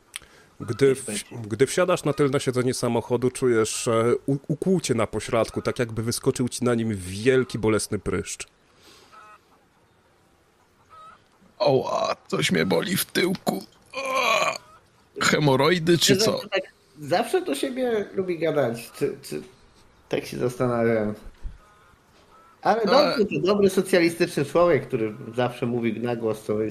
Gdy wsiadasz na tylne siedzenie samochodu, czujesz ukłucie na pośladku, tak jakby wyskoczył ci na nim wielki, bolesny pryszcz. Oła, coś mnie boli w tyłku. Hemoroidy czy co? Zawsze do siebie lubi gadać. Tak się zastanawiam. Ale dobrze, to dobry socjalistyczny człowiek, który zawsze mówi na głos coś.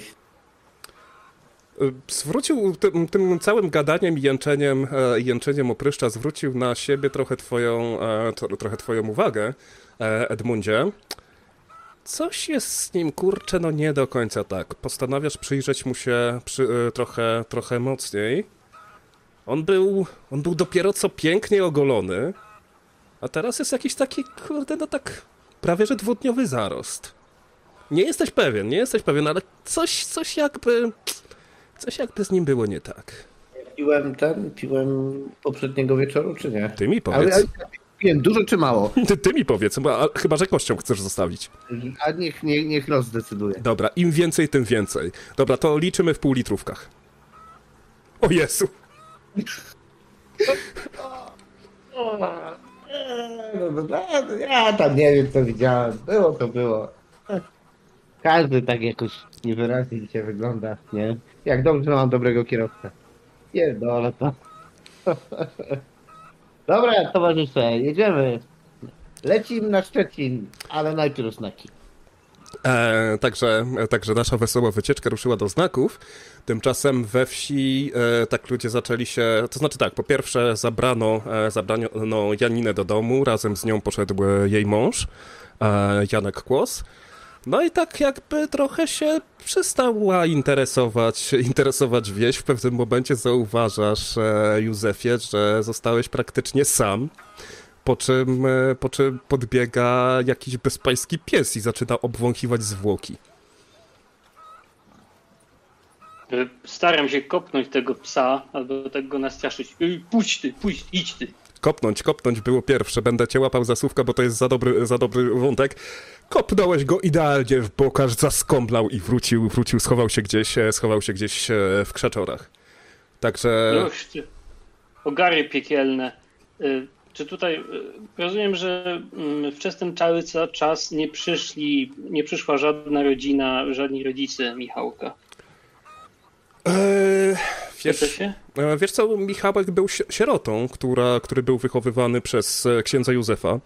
Zwrócił tym całym gadaniem i jęczeniem opryszcza, zwrócił na siebie trochę twoją uwagę, Edmundzie. Coś jest z nim, kurczę, no nie do końca tak. Postanawiasz przyjrzeć mu się trochę mocniej. On był dopiero co pięknie ogolony, a teraz jest jakiś taki, kurde, no tak prawie że 2-dniowy zarost. Nie jesteś pewien, ale coś jakby z nim było nie tak. Piłem poprzedniego wieczoru, czy nie? Ty mi powiedz. Ale piłem dużo czy mało? Ty mi powiedz, chyba że kością chcesz zostawić. A niech los zdecyduje. Dobra, im więcej, tym więcej. Dobra, to liczymy w półlitrówkach. O Jezu! Ja tam nie wiem, co widziałem. Było to było. Każdy tak jakoś niewyraźnie dzisiaj wygląda, nie? Jak dobrze, że mam dobrego kierowcę. Pierdolę to. Dobra, towarzysze, jedziemy. Lecimy na Szczecin, ale najpierw znaki. Także nasza wesoła wycieczka ruszyła do Znaków. Tymczasem we wsi tak ludzie zaczęli się... To znaczy tak, po pierwsze zabrano Janinę do domu, razem z nią poszedł jej mąż, Janek Kłos. No i tak jakby trochę się przestała interesować wieś. W pewnym momencie zauważasz, Józefie, że zostałeś praktycznie sam. Po czym podbiega jakiś bezpański pies i zaczyna obwąchiwać zwłoki. Staram się kopnąć tego psa, albo tak go nastraszyć. Pójdź, idź ty. Kopnąć było pierwsze. Będę cię łapał za słówka, bo to jest za dobry wątek. Kopnąłeś go idealnie w bok, aż zaskomlał i wrócił, schował się gdzieś w krzaczorach. Także... Już, ogary piekielne. Czy tutaj, rozumiem, że przez ten cały czas nie przyszła żadna rodzina, żadni rodzice Michałka? Wiesz co, Michałek był sierotą, który był wychowywany przez księdza Józefa.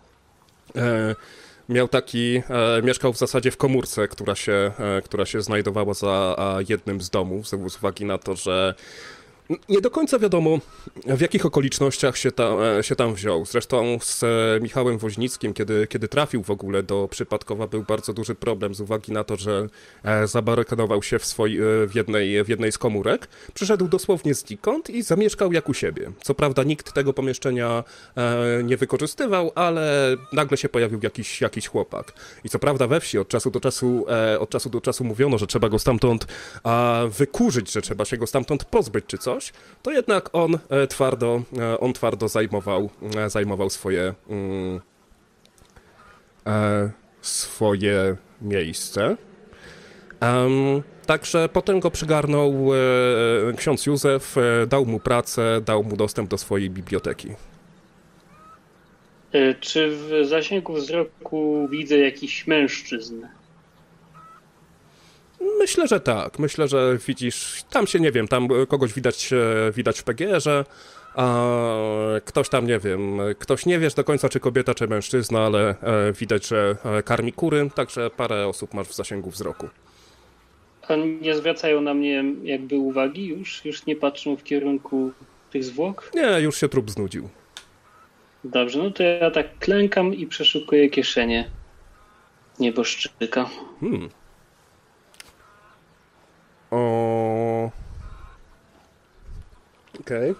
Mieszkał w zasadzie w komórce, która się znajdowała za jednym z domów, z uwagi na to, że nie do końca wiadomo, w jakich okolicznościach się tam wziął. Zresztą z Michałem Woźnickim, kiedy trafił w ogóle do Przypadkowa, był bardzo duży problem z uwagi na to, że zabarykadował się w jednej z komórek. Przyszedł dosłownie znikąd i zamieszkał jak u siebie. Co prawda nikt tego pomieszczenia nie wykorzystywał, ale nagle się pojawił jakiś chłopak. I co prawda we wsi od czasu do czasu mówiono, że trzeba go stamtąd wykurzyć, że trzeba się go stamtąd pozbyć czy coś, to jednak on twardo zajmował swoje miejsce. Także potem go przygarnął ksiądz Józef, dał mu pracę, dał mu dostęp do swojej biblioteki. Czy w zasięgu wzroku widzę jakichś mężczyzn? Myślę, że tak. Myślę, że widzisz, tam się nie wiem, tam kogoś widać w PGR-ze, a ktoś tam, nie wiem, ktoś nie wiesz do końca, czy kobieta, czy mężczyzna, ale widać, że karmi kury, także parę osób masz w zasięgu wzroku. A nie zwracają na mnie jakby uwagi już? Już nie patrzą w kierunku tych zwłok? Nie, już się trup znudził. Dobrze, no to ja tak klękam i przeszukuję kieszenie nieboszczyka. Okej.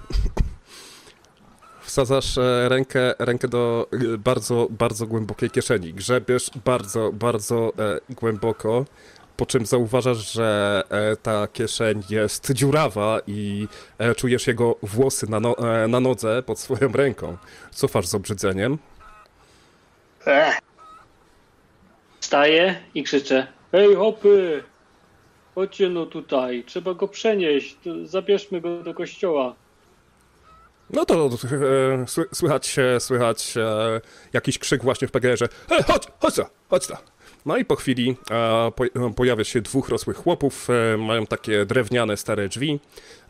Wsadzasz rękę do bardzo, bardzo głębokiej kieszeni. Grzebiesz bardzo, bardzo głęboko, po czym zauważasz, że ta kieszeń jest dziurawa i czujesz jego włosy na nodze pod swoją ręką. Cofasz z obrzydzeniem. Wstaję i krzyczę: hej hopy! Chodźcie no tutaj, trzeba go przenieść, zabierzmy go do kościoła. No to słychać jakiś krzyk właśnie w PGR-ze. Hej, chodź ta. No i po chwili pojawia się dwóch rosłych chłopów, mają takie drewniane, stare drzwi,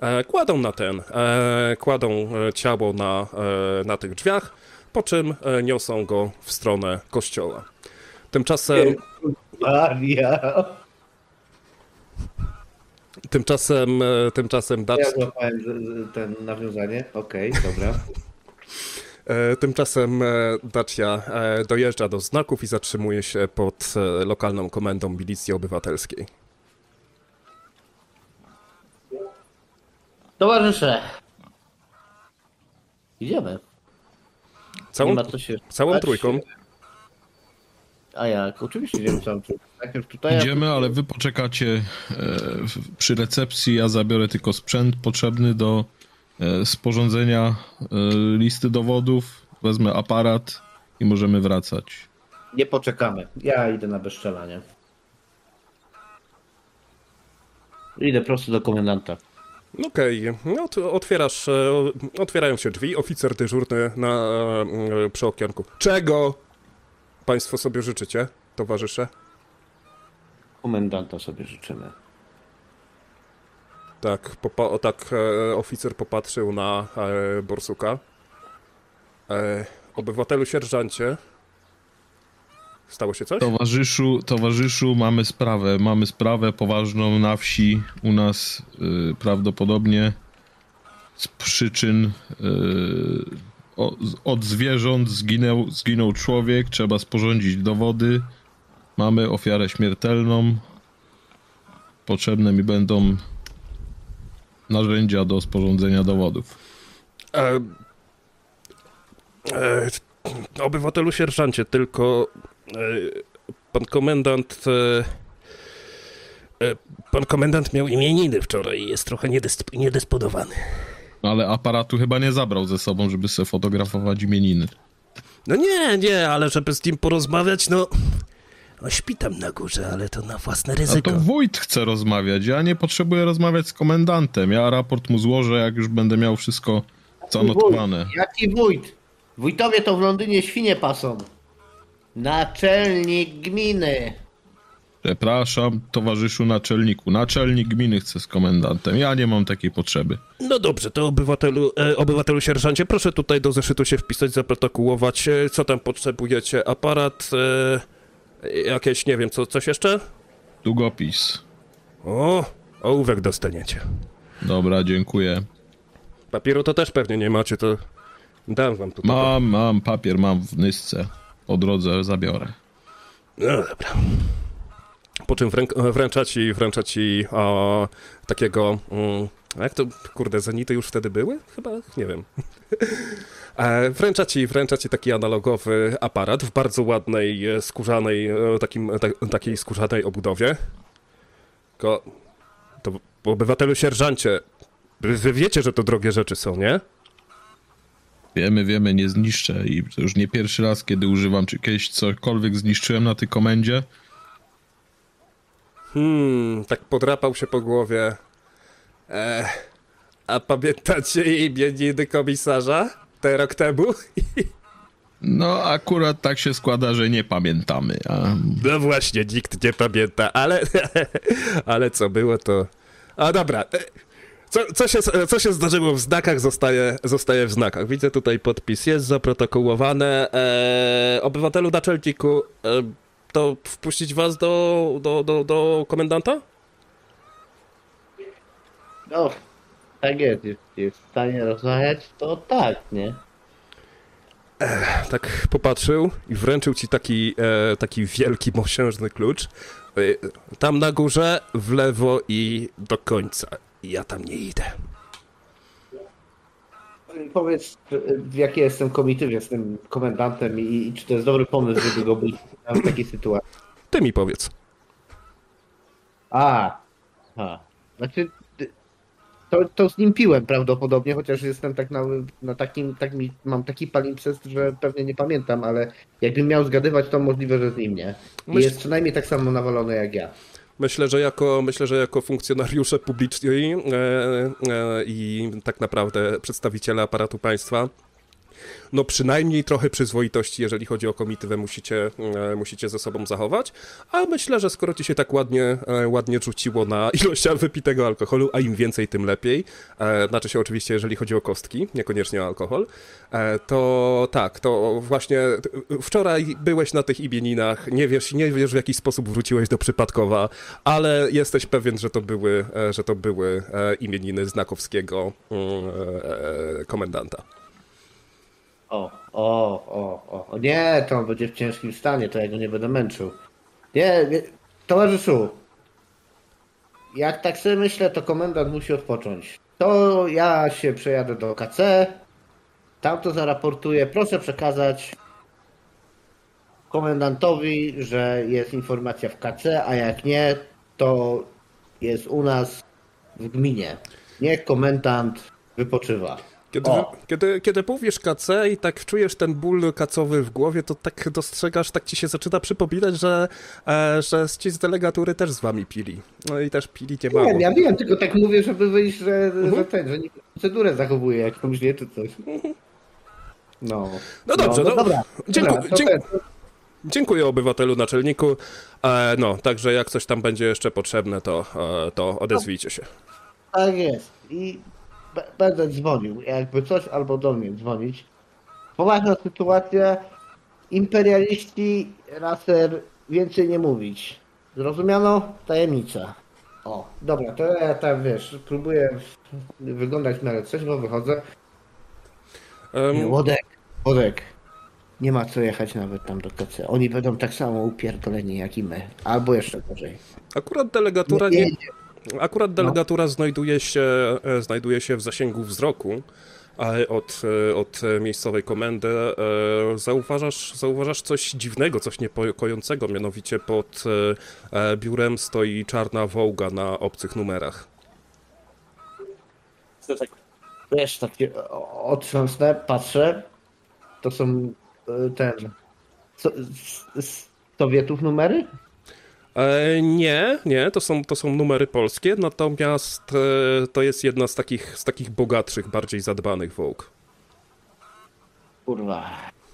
kładą ciało na tych drzwiach, po czym niosą go w stronę kościoła. Tymczasem Ja złapałem ten nawiązanie. Okej, dobra. Tymczasem Dacia dojeżdża do znaków i zatrzymuje się pod lokalną komendą milicji obywatelskiej. Towarzysze! Idziemy. Całą trójką. A jak? Oczywiście idziemy całą trójką. Najpierw tutaj, Idziemy, ale wy poczekacie przy recepcji. Ja zabiorę tylko sprzęt potrzebny do sporządzenia listy dowodów. Wezmę aparat i możemy wracać. Nie poczekamy. Ja idę na bezstrzelanie. Idę prosto do komendanta. Okej, no to otwierają się drzwi, oficer dyżurny przy okienku. Czego państwo sobie życzycie, towarzysze? Komendanta sobie życzymy. Tak, oficer popatrzył na Borsuka. Obywatelu sierżancie, stało się coś? Towarzyszu, mamy sprawę poważną na wsi u nas, prawdopodobnie z przyczyn od zwierząt zginął człowiek, trzeba sporządzić dowody, mamy ofiarę śmiertelną, potrzebne mi będą narzędzia do sporządzenia dowodów. Obywatelu sierżancie, tylko pan komendant miał imieniny wczoraj i jest trochę niedysponowany. Ale aparatu chyba nie zabrał ze sobą, żeby sobie fotografować imieniny. No nie, ale żeby z nim porozmawiać, no O, śpi tam na górze, ale to na własne A ryzyko. to wójt chce rozmawiać. Ja nie potrzebuję rozmawiać z komendantem. Ja raport mu złożę, jak już będę miał wszystko zanotowane. Jaki wójt? Wójtowie to w Londynie świnie pasą. Naczelnik gminy. Przepraszam, towarzyszu naczelniku. Naczelnik gminy chce z komendantem. Ja nie mam takiej potrzeby. No dobrze, to obywatelu sierżancie, proszę tutaj do zeszytu się wpisać, zaprotokołować, co tam potrzebujecie. Aparat, jakieś, nie wiem, coś jeszcze? Długopis. O, ołówek dostaniecie. Dobra, dziękuję. Papieru to też pewnie nie macie, to dam wam tutaj. Mam papier, mam w nysce. Po drodze zabiorę. No dobra. Po czym wręcza ci takiego... jak to, kurde, zenity już wtedy były? Chyba, nie wiem. Wręcza ci taki analogowy aparat w bardzo ładnej, skórzanej, takiej skórzanej obudowie. Tylko, to obywatelu sierżancie, wy wiecie, że to drogie rzeczy są, nie? Wiemy, nie zniszczę i to już nie pierwszy raz, kiedy używam, czy kiedyś cokolwiek zniszczyłem na tej komendzie. Tak podrapał się po głowie. A pamiętacie imieniny komisarza? Te rok temu? No, akurat tak się składa, że nie pamiętamy. No właśnie, nikt nie pamięta, ale co było to... A dobra, co się zdarzyło w znakach, zostaje w znakach. Widzę tutaj podpis, jest zaprotokołowane. Obywatelu naczelniku, to wpuścić was do komendanta? No, tak jest w stanie rozmawiać, to tak, nie? Tak popatrzył i wręczył ci taki wielki, mosiężny klucz. Tam na górze, w lewo i do końca. Ja tam nie idę. Powiedz, w jakiej jestem komitywie z tym komendantem i czy to jest dobry pomysł, żeby go być w takiej sytuacji. Ty mi powiedz. Znaczy, to z nim piłem prawdopodobnie, chociaż jestem tak na takim, mam taki palimpsest, że pewnie nie pamiętam, ale jakbym miał zgadywać, to możliwe, że z nim nie. I jest przynajmniej tak samo nawalony jak ja. Myślę, że jako funkcjonariusze publiczni i tak naprawdę przedstawiciele aparatu państwa, no przynajmniej trochę przyzwoitości, jeżeli chodzi o komitywę, musicie ze sobą zachować, a myślę, że skoro ci się tak ładnie rzuciło na ilość wypitego alkoholu, a im więcej, tym lepiej, znaczy się oczywiście, jeżeli chodzi o kostki, niekoniecznie o alkohol, to tak, to właśnie wczoraj byłeś na tych imieninach, nie wiesz w jaki sposób wróciłeś do Przypadkowa, ale jesteś pewien, że to były imieniny znakowskiego komendanta. Nie, to on będzie w ciężkim stanie, to ja go nie będę męczył. Nie, towarzyszu, jak tak sobie myślę, to komendant musi odpocząć. To ja się przejadę do KC, tam to zaraportuję. Proszę przekazać komendantowi, że jest informacja w KC, a jak nie, to jest u nas w gminie. Niech komendant wypoczywa. Kiedy mówisz KC i tak czujesz ten ból kacowy w głowie, to tak dostrzegasz, tak ci się zaczyna przypominać, że ci z delegatury też z wami pili. No i też pili nie mało. Nie, ja wiem, tylko tak mówię, żeby wyjść, że nie procedurę zachowuje jakąś, nie, czy coś. No dobrze, dobra. Dziękuję obywatelu naczelniku. Także jak coś tam będzie jeszcze potrzebne, to odezwijcie się. Tak jest. I będę dzwonił, jakby coś, albo do mnie dzwonić. Poważna sytuacja. Imperialiści, raser, więcej nie mówić. Zrozumiano? Tajemnica. Dobra, to ja tam, próbuję wyglądać w miarę trzeźwo, wychodzę. Włodek. Nie ma co jechać nawet tam do KC. Oni będą tak samo upierdoleni jak i my. Albo jeszcze gorzej. Akurat delegatura znajduje się w zasięgu wzroku od miejscowej komendy. Zauważasz coś dziwnego, coś niepokojącego, mianowicie pod biurem stoi czarna Wołga na obcych numerach. Tak otrząsnę, patrzę. To są Sowietów numery? Nie, to są numery polskie, natomiast to jest jedna z takich bogatszych, bardziej zadbanych Vogue. Kurwa.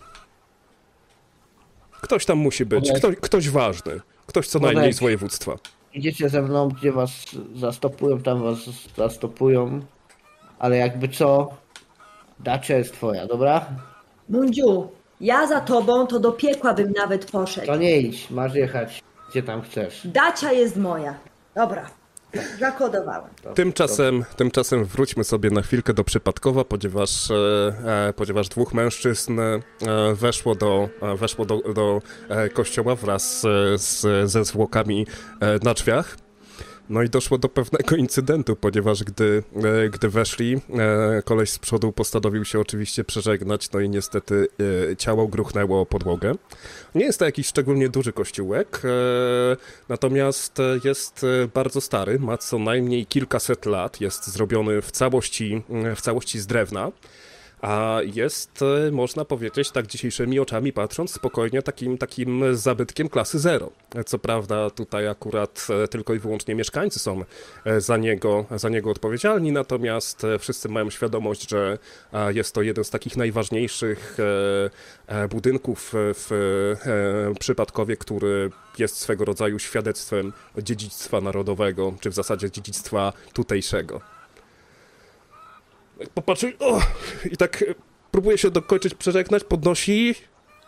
Ktoś tam musi być, ktoś ważny, ktoś co najmniej z województwa. Idziecie ze mną, gdzie was zastopują, tam was zastopują. Ale jakby co, Dacia jest twoja, dobra? Mundziu, ja za tobą to do piekła bym nawet poszedł. To nie idź, masz jechać gdzie tam chcesz. Dacia jest moja. Dobra, zakodowałem. Tymczasem wróćmy sobie na chwilkę do Przypadkowa, ponieważ dwóch mężczyzn weszło do kościoła wraz ze zwłokami na drzwiach. No i doszło do pewnego incydentu, ponieważ gdy weszli, koleś z przodu postanowił się oczywiście przeżegnać, no i niestety ciało gruchnęło o podłogę. Nie jest to jakiś szczególnie duży kościółek, natomiast jest bardzo stary, ma co najmniej kilkaset lat, jest zrobiony w całości z drewna. A jest, można powiedzieć, tak dzisiejszymi oczami patrząc, spokojnie takim zabytkiem klasy 0. Co prawda tutaj akurat tylko i wyłącznie mieszkańcy są za niego odpowiedzialni, natomiast wszyscy mają świadomość, że jest to jeden z takich najważniejszych budynków w Przypadkowie, który jest swego rodzaju świadectwem dziedzictwa narodowego, czy w zasadzie dziedzictwa tutejszego. Popatrzy, i tak próbuje się dokończyć, przeżegnać, podnosi.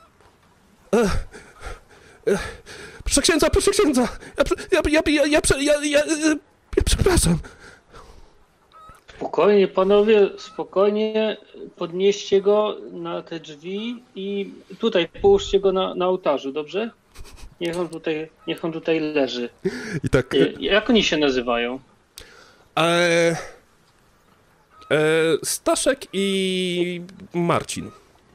Proszę księdza! Ja przepraszam. Spokojnie, panowie, spokojnie, podnieście go na te drzwi i tutaj połóżcie go na ołtarzu, dobrze? Niech on tutaj leży. I tak... Jak oni się nazywają? Staszek i Marcin.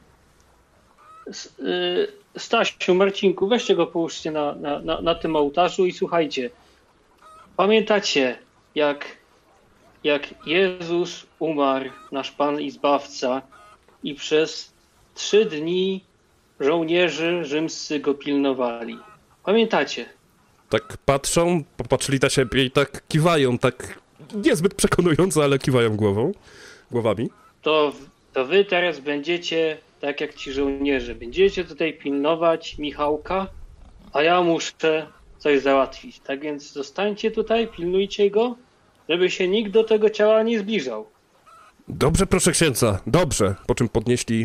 Stasiu, Marcinku, weźcie go, połóżcie na tym ołtarzu i słuchajcie. Pamiętacie, jak Jezus umarł, nasz Pan i Zbawca, i przez 3 dni żołnierze rzymscy go pilnowali. Pamiętacie? Tak popatrzyli na siebie i tak kiwają, tak niezbyt przekonująco, ale kiwają głowami. To wy teraz będziecie tak jak ci żołnierze. Będziecie tutaj pilnować Michałka, a ja muszę coś załatwić. Tak więc zostańcie tutaj, pilnujcie go, żeby się nikt do tego ciała nie zbliżał. Dobrze, proszę księdza, dobrze. Po czym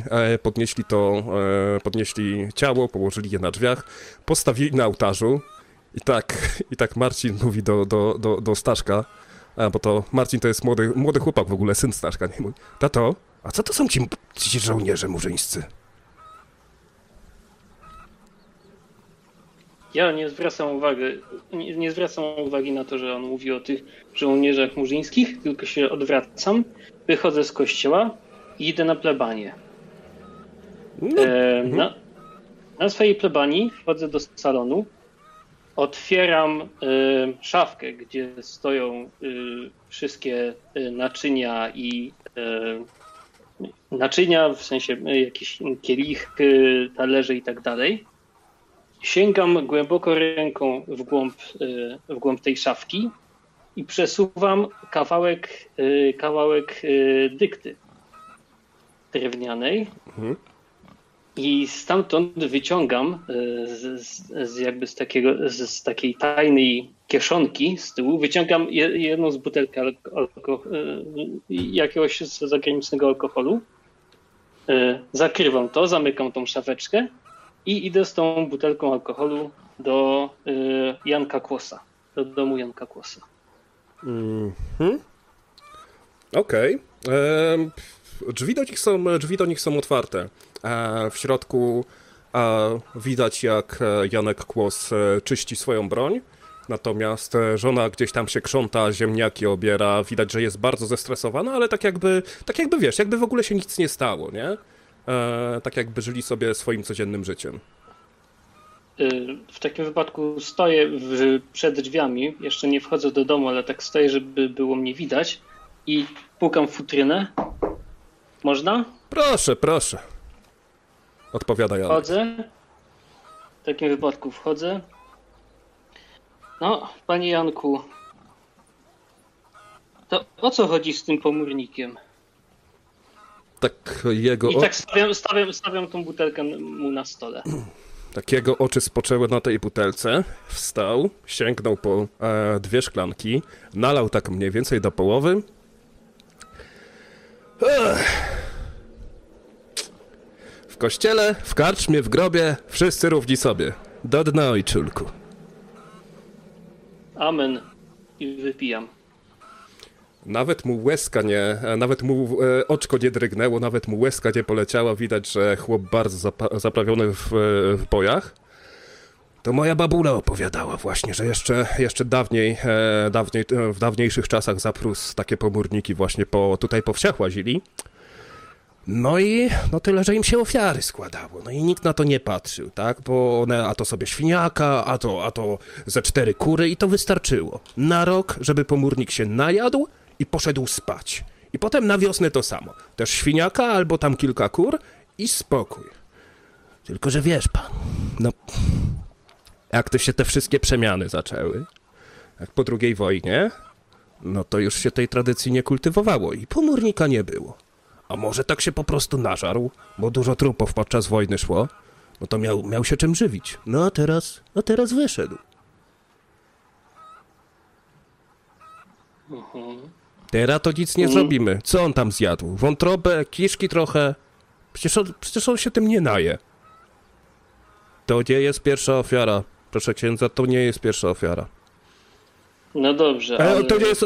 podnieśli ciało, położyli je na drzwiach, postawili na ołtarzu i tak Marcin mówi do Staszka, bo to Marcin to jest młody chłopak w ogóle, syn Staszka, nie mój. Tato, a co to są ci żołnierze murzyńscy? Ja nie zwracam uwagi na to, że on mówi o tych żołnierzach murzyńskich, tylko się odwracam, wychodzę z kościoła i idę na plebanię. Na swojej plebanii wchodzę do salonu, otwieram szafkę, gdzie stoją wszystkie naczynia, w sensie jakieś kielichy, talerze i tak dalej. Sięgam głęboko ręką w głąb tej szafki i przesuwam kawałek dykty drewnianej. I stamtąd wyciągam z takiej tajnej kieszonki z tyłu, wyciągam jedną z butelek jakiegoś zagranicznego alkoholu, zakrywam to, zamykam tą szafeczkę i idę z tą butelką alkoholu do Janka Kłosa, do domu Janka Kłosa. Okej. Drzwi do nich są otwarte. W środku widać, jak Janek Kłos czyści swoją broń, natomiast żona gdzieś tam się krząta, ziemniaki obiera, widać, że jest bardzo zestresowana, ale tak jakby wiesz, jakby w ogóle się nic nie stało, nie? Tak jakby żyli sobie swoim codziennym życiem. W takim wypadku stoję przed drzwiami, jeszcze nie wchodzę do domu, ale tak stoję, żeby było mnie widać i pukam w futrynę. Można? Proszę. Odpowiada Janek. Wchodzę. takim wypadku wchodzę. No, panie Janku, to o co chodzi z tym pomórnikiem? Tak jego, I tak stawiam tą butelkę mu na stole. tak jego oczy spoczęły na tej butelce, wstał, sięgnął po 2 szklanki, nalał tak mniej więcej do połowy. W kościele, w karczmie, w grobie, wszyscy równi sobie. Do dna, ojczulku. Amen. I wypijam. Nawet mu oczko nie drgnęło, nawet mu łezka nie poleciała. Widać, że chłop bardzo zaprawiony w bojach. To moja babula opowiadała właśnie, że jeszcze dawniej, w dawniejszych czasach za Prus takie pomórniki właśnie tutaj po wsiach łazili. No i no tyle, że im się ofiary składało. No i nikt na to nie patrzył, tak? Bo one a to sobie świniaka, a to ze 4 kury i to wystarczyło. Na rok, żeby pomórnik się najadł i poszedł spać. I potem na wiosnę to samo. Też świniaka albo tam kilka kur i spokój. Tylko, że wiesz pan, no jak to się te wszystkie przemiany zaczęły, jak po II wojnie, no to już się tej tradycji nie kultywowało i pomórnika nie było. A może tak się po prostu nażarł, bo dużo trupów podczas wojny szło, no to miał się czym żywić. No a teraz wyszedł. Teraz to nic nie zrobimy. Co on tam zjadł? Wątrobę, kiszki trochę? Przecież on się tym nie naje. To nie jest pierwsza ofiara. Proszę księdza, to nie jest pierwsza ofiara. No dobrze, ale... To nie jest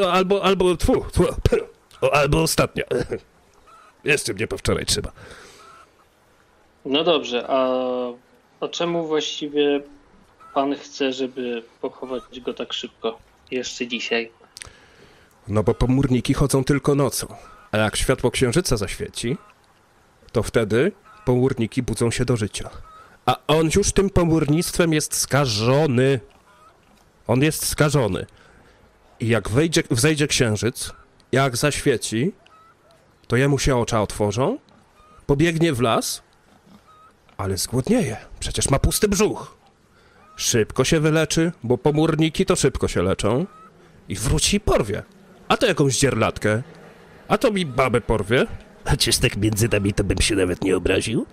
albo ostatnia. Jeszcze mnie po wczoraj trzeba. No dobrze, a czemu właściwie pan chce, żeby pochować go tak szybko? Jeszcze dzisiaj. No bo pomórniki chodzą tylko nocą. A jak światło księżyca zaświeci, to wtedy pomórniki budzą się do życia. A on już tym pomórnictwem jest skażony. On jest skażony. I jak wzejdzie księżyc, jak zaświeci, to jemu się oczy otworzą, pobiegnie w las, ale zgłodnieje. Przecież ma pusty brzuch. Szybko się wyleczy, bo pomórniki to szybko się leczą i wróci i porwie. A to jakąś dzierlatkę, a to mi babę porwie. Chociaż tak między nami to bym się nawet nie obraził.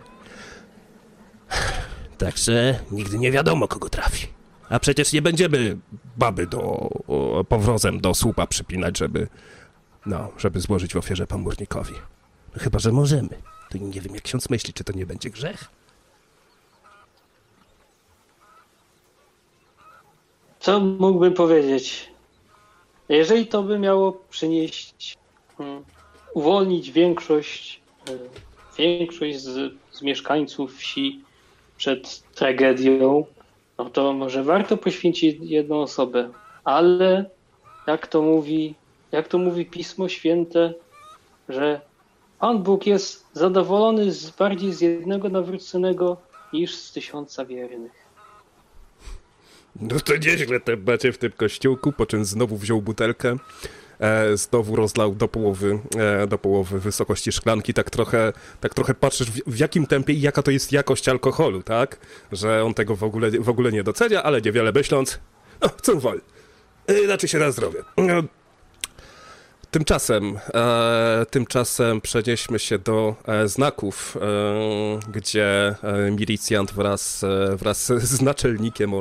Także nigdy nie wiadomo, kogo trafi. A przecież nie będziemy baby powrozem do słupa przypinać, żeby złożyć w ofierze pomórnikowi. No chyba, że możemy. To nie wiem, jak ksiądz myśli, czy to nie będzie grzech? Co mógłbym powiedzieć? Jeżeli to by miało przynieść, uwolnić większość z mieszkańców wsi przed tragedią, no to może warto poświęcić jedną osobę. Ale jak to mówi Pismo Święte, że Pan Bóg jest zadowolony bardziej z jednego nawróconego niż z 1000 wiernych. No to nieźle te macie w tym kościółku, po czym znowu wziął butelkę, znowu rozlał do połowy wysokości szklanki, tak trochę patrzysz w jakim tempie i jaka to jest jakość alkoholu, tak? Że on tego w ogóle nie docenia, ale niewiele myśląc, no co woli, znaczy się na zdrowie. Tymczasem przenieśmy się do znaków, gdzie milicjant wraz z naczelnikiem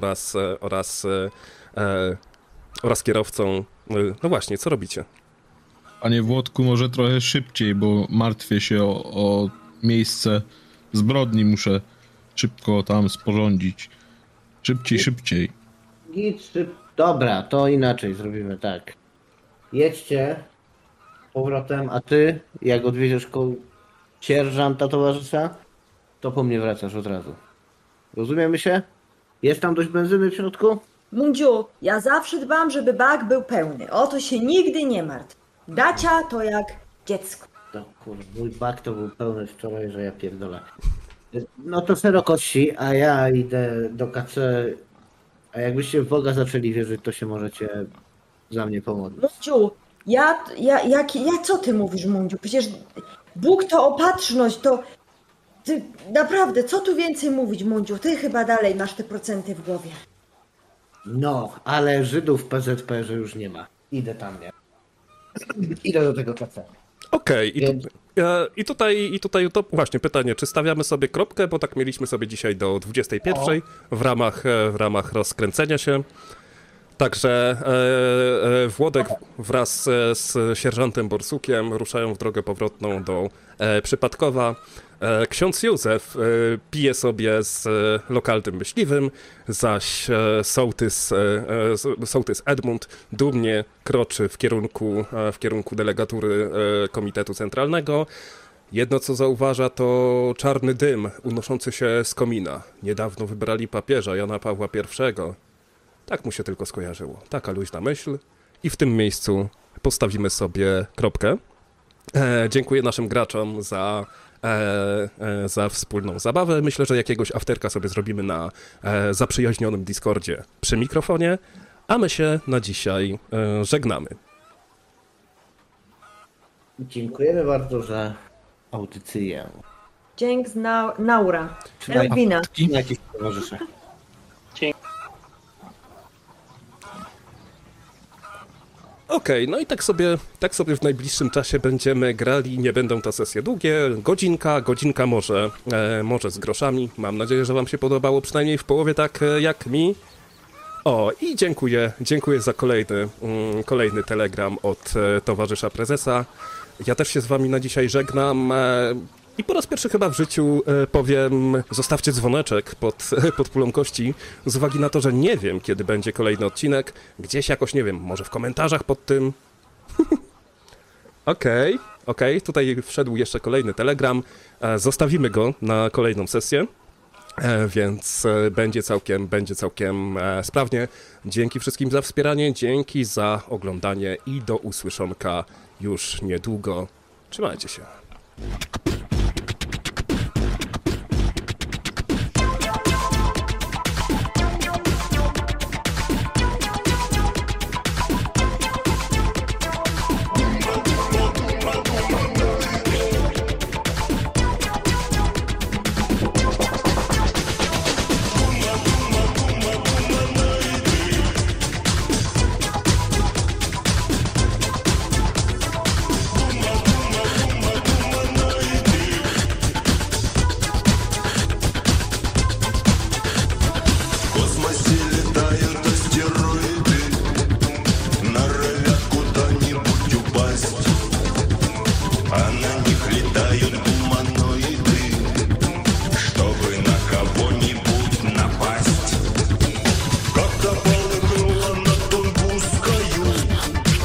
oraz kierowcą. No właśnie, co robicie? Panie Włodku, może trochę szybciej, bo martwię się o miejsce zbrodni. Szybko tam sporządzić. Szybciej. Dobra, to inaczej zrobimy tak. Jedźcie powrotem, a ty, jak odwieziesz sierżanta towarzysza, to po mnie wracasz od razu. Rozumiemy się? Jest tam dość benzyny w środku? Mundziu, ja zawsze dbam, żeby bak był pełny. O to się nigdy nie martw. Dacia to jak dziecko. To kurde, mój bak to był pełny wczoraj, że ja pierdolę. No to szerokości, a ja idę do KC. A jakbyście w Boga zaczęli wierzyć, to się możecie za mnie pomodlić. Mundziu, co ty mówisz, Mundziu? Przecież Bóg to opatrzność, to Ty, naprawdę, co tu więcej mówić, Mundziu? Ty chyba dalej masz te procenty w głowie. No, ale Żydów w PZP, że już nie ma. Idę tam, nie? Idę do tego KC. Okej, Więc- i tutaj to właśnie pytanie, czy stawiamy sobie kropkę, bo tak mieliśmy sobie dzisiaj do 21 w ramach rozkręcenia się. Także Włodek wraz z sierżantem Borsukiem ruszają w drogę powrotną do Przypadkowa. Ksiądz Józef pije sobie z lokalnym myśliwym, zaś sołtys Edmund dumnie kroczy w kierunku delegatury Komitetu Centralnego. Jedno, co zauważa, to czarny dym unoszący się z komina. Niedawno wybrali papieża Jana Pawła I. Tak mu się tylko skojarzyło. Taka luźna myśl. I w tym miejscu postawimy sobie kropkę. Dziękuję naszym graczom za wspólną zabawę. Myślę, że jakiegoś afterka sobie zrobimy na zaprzyjaźnionym Discordzie przy mikrofonie, a my się na dzisiaj żegnamy. Dziękujemy bardzo za audycję. Dzięki Naura. Trzymaj- Elwina. I na jakichś towarzyszach. Okej, no i tak sobie w najbliższym czasie będziemy grali. Nie będą to sesje długie, godzinka może z groszami. Mam nadzieję, że wam się podobało, przynajmniej w połowie tak jak mi. O, i dziękuję za kolejny telegram od towarzysza prezesa. Ja też się z wami na dzisiaj żegnam. I po raz pierwszy chyba w życiu powiem, zostawcie dzwoneczek pod pulą kości, z uwagi na to, że nie wiem, kiedy będzie kolejny odcinek. Gdzieś jakoś, nie wiem, może w komentarzach pod tym. Okej, tutaj wszedł jeszcze kolejny telegram. Zostawimy go na kolejną sesję, więc będzie całkiem sprawnie. Dzięki wszystkim za wspieranie, dzięki za oglądanie i do usłyszonka już niedługo. Trzymajcie się.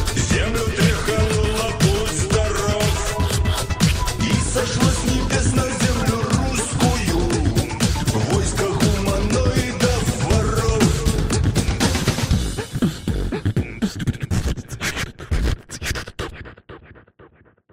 Сошлось небесное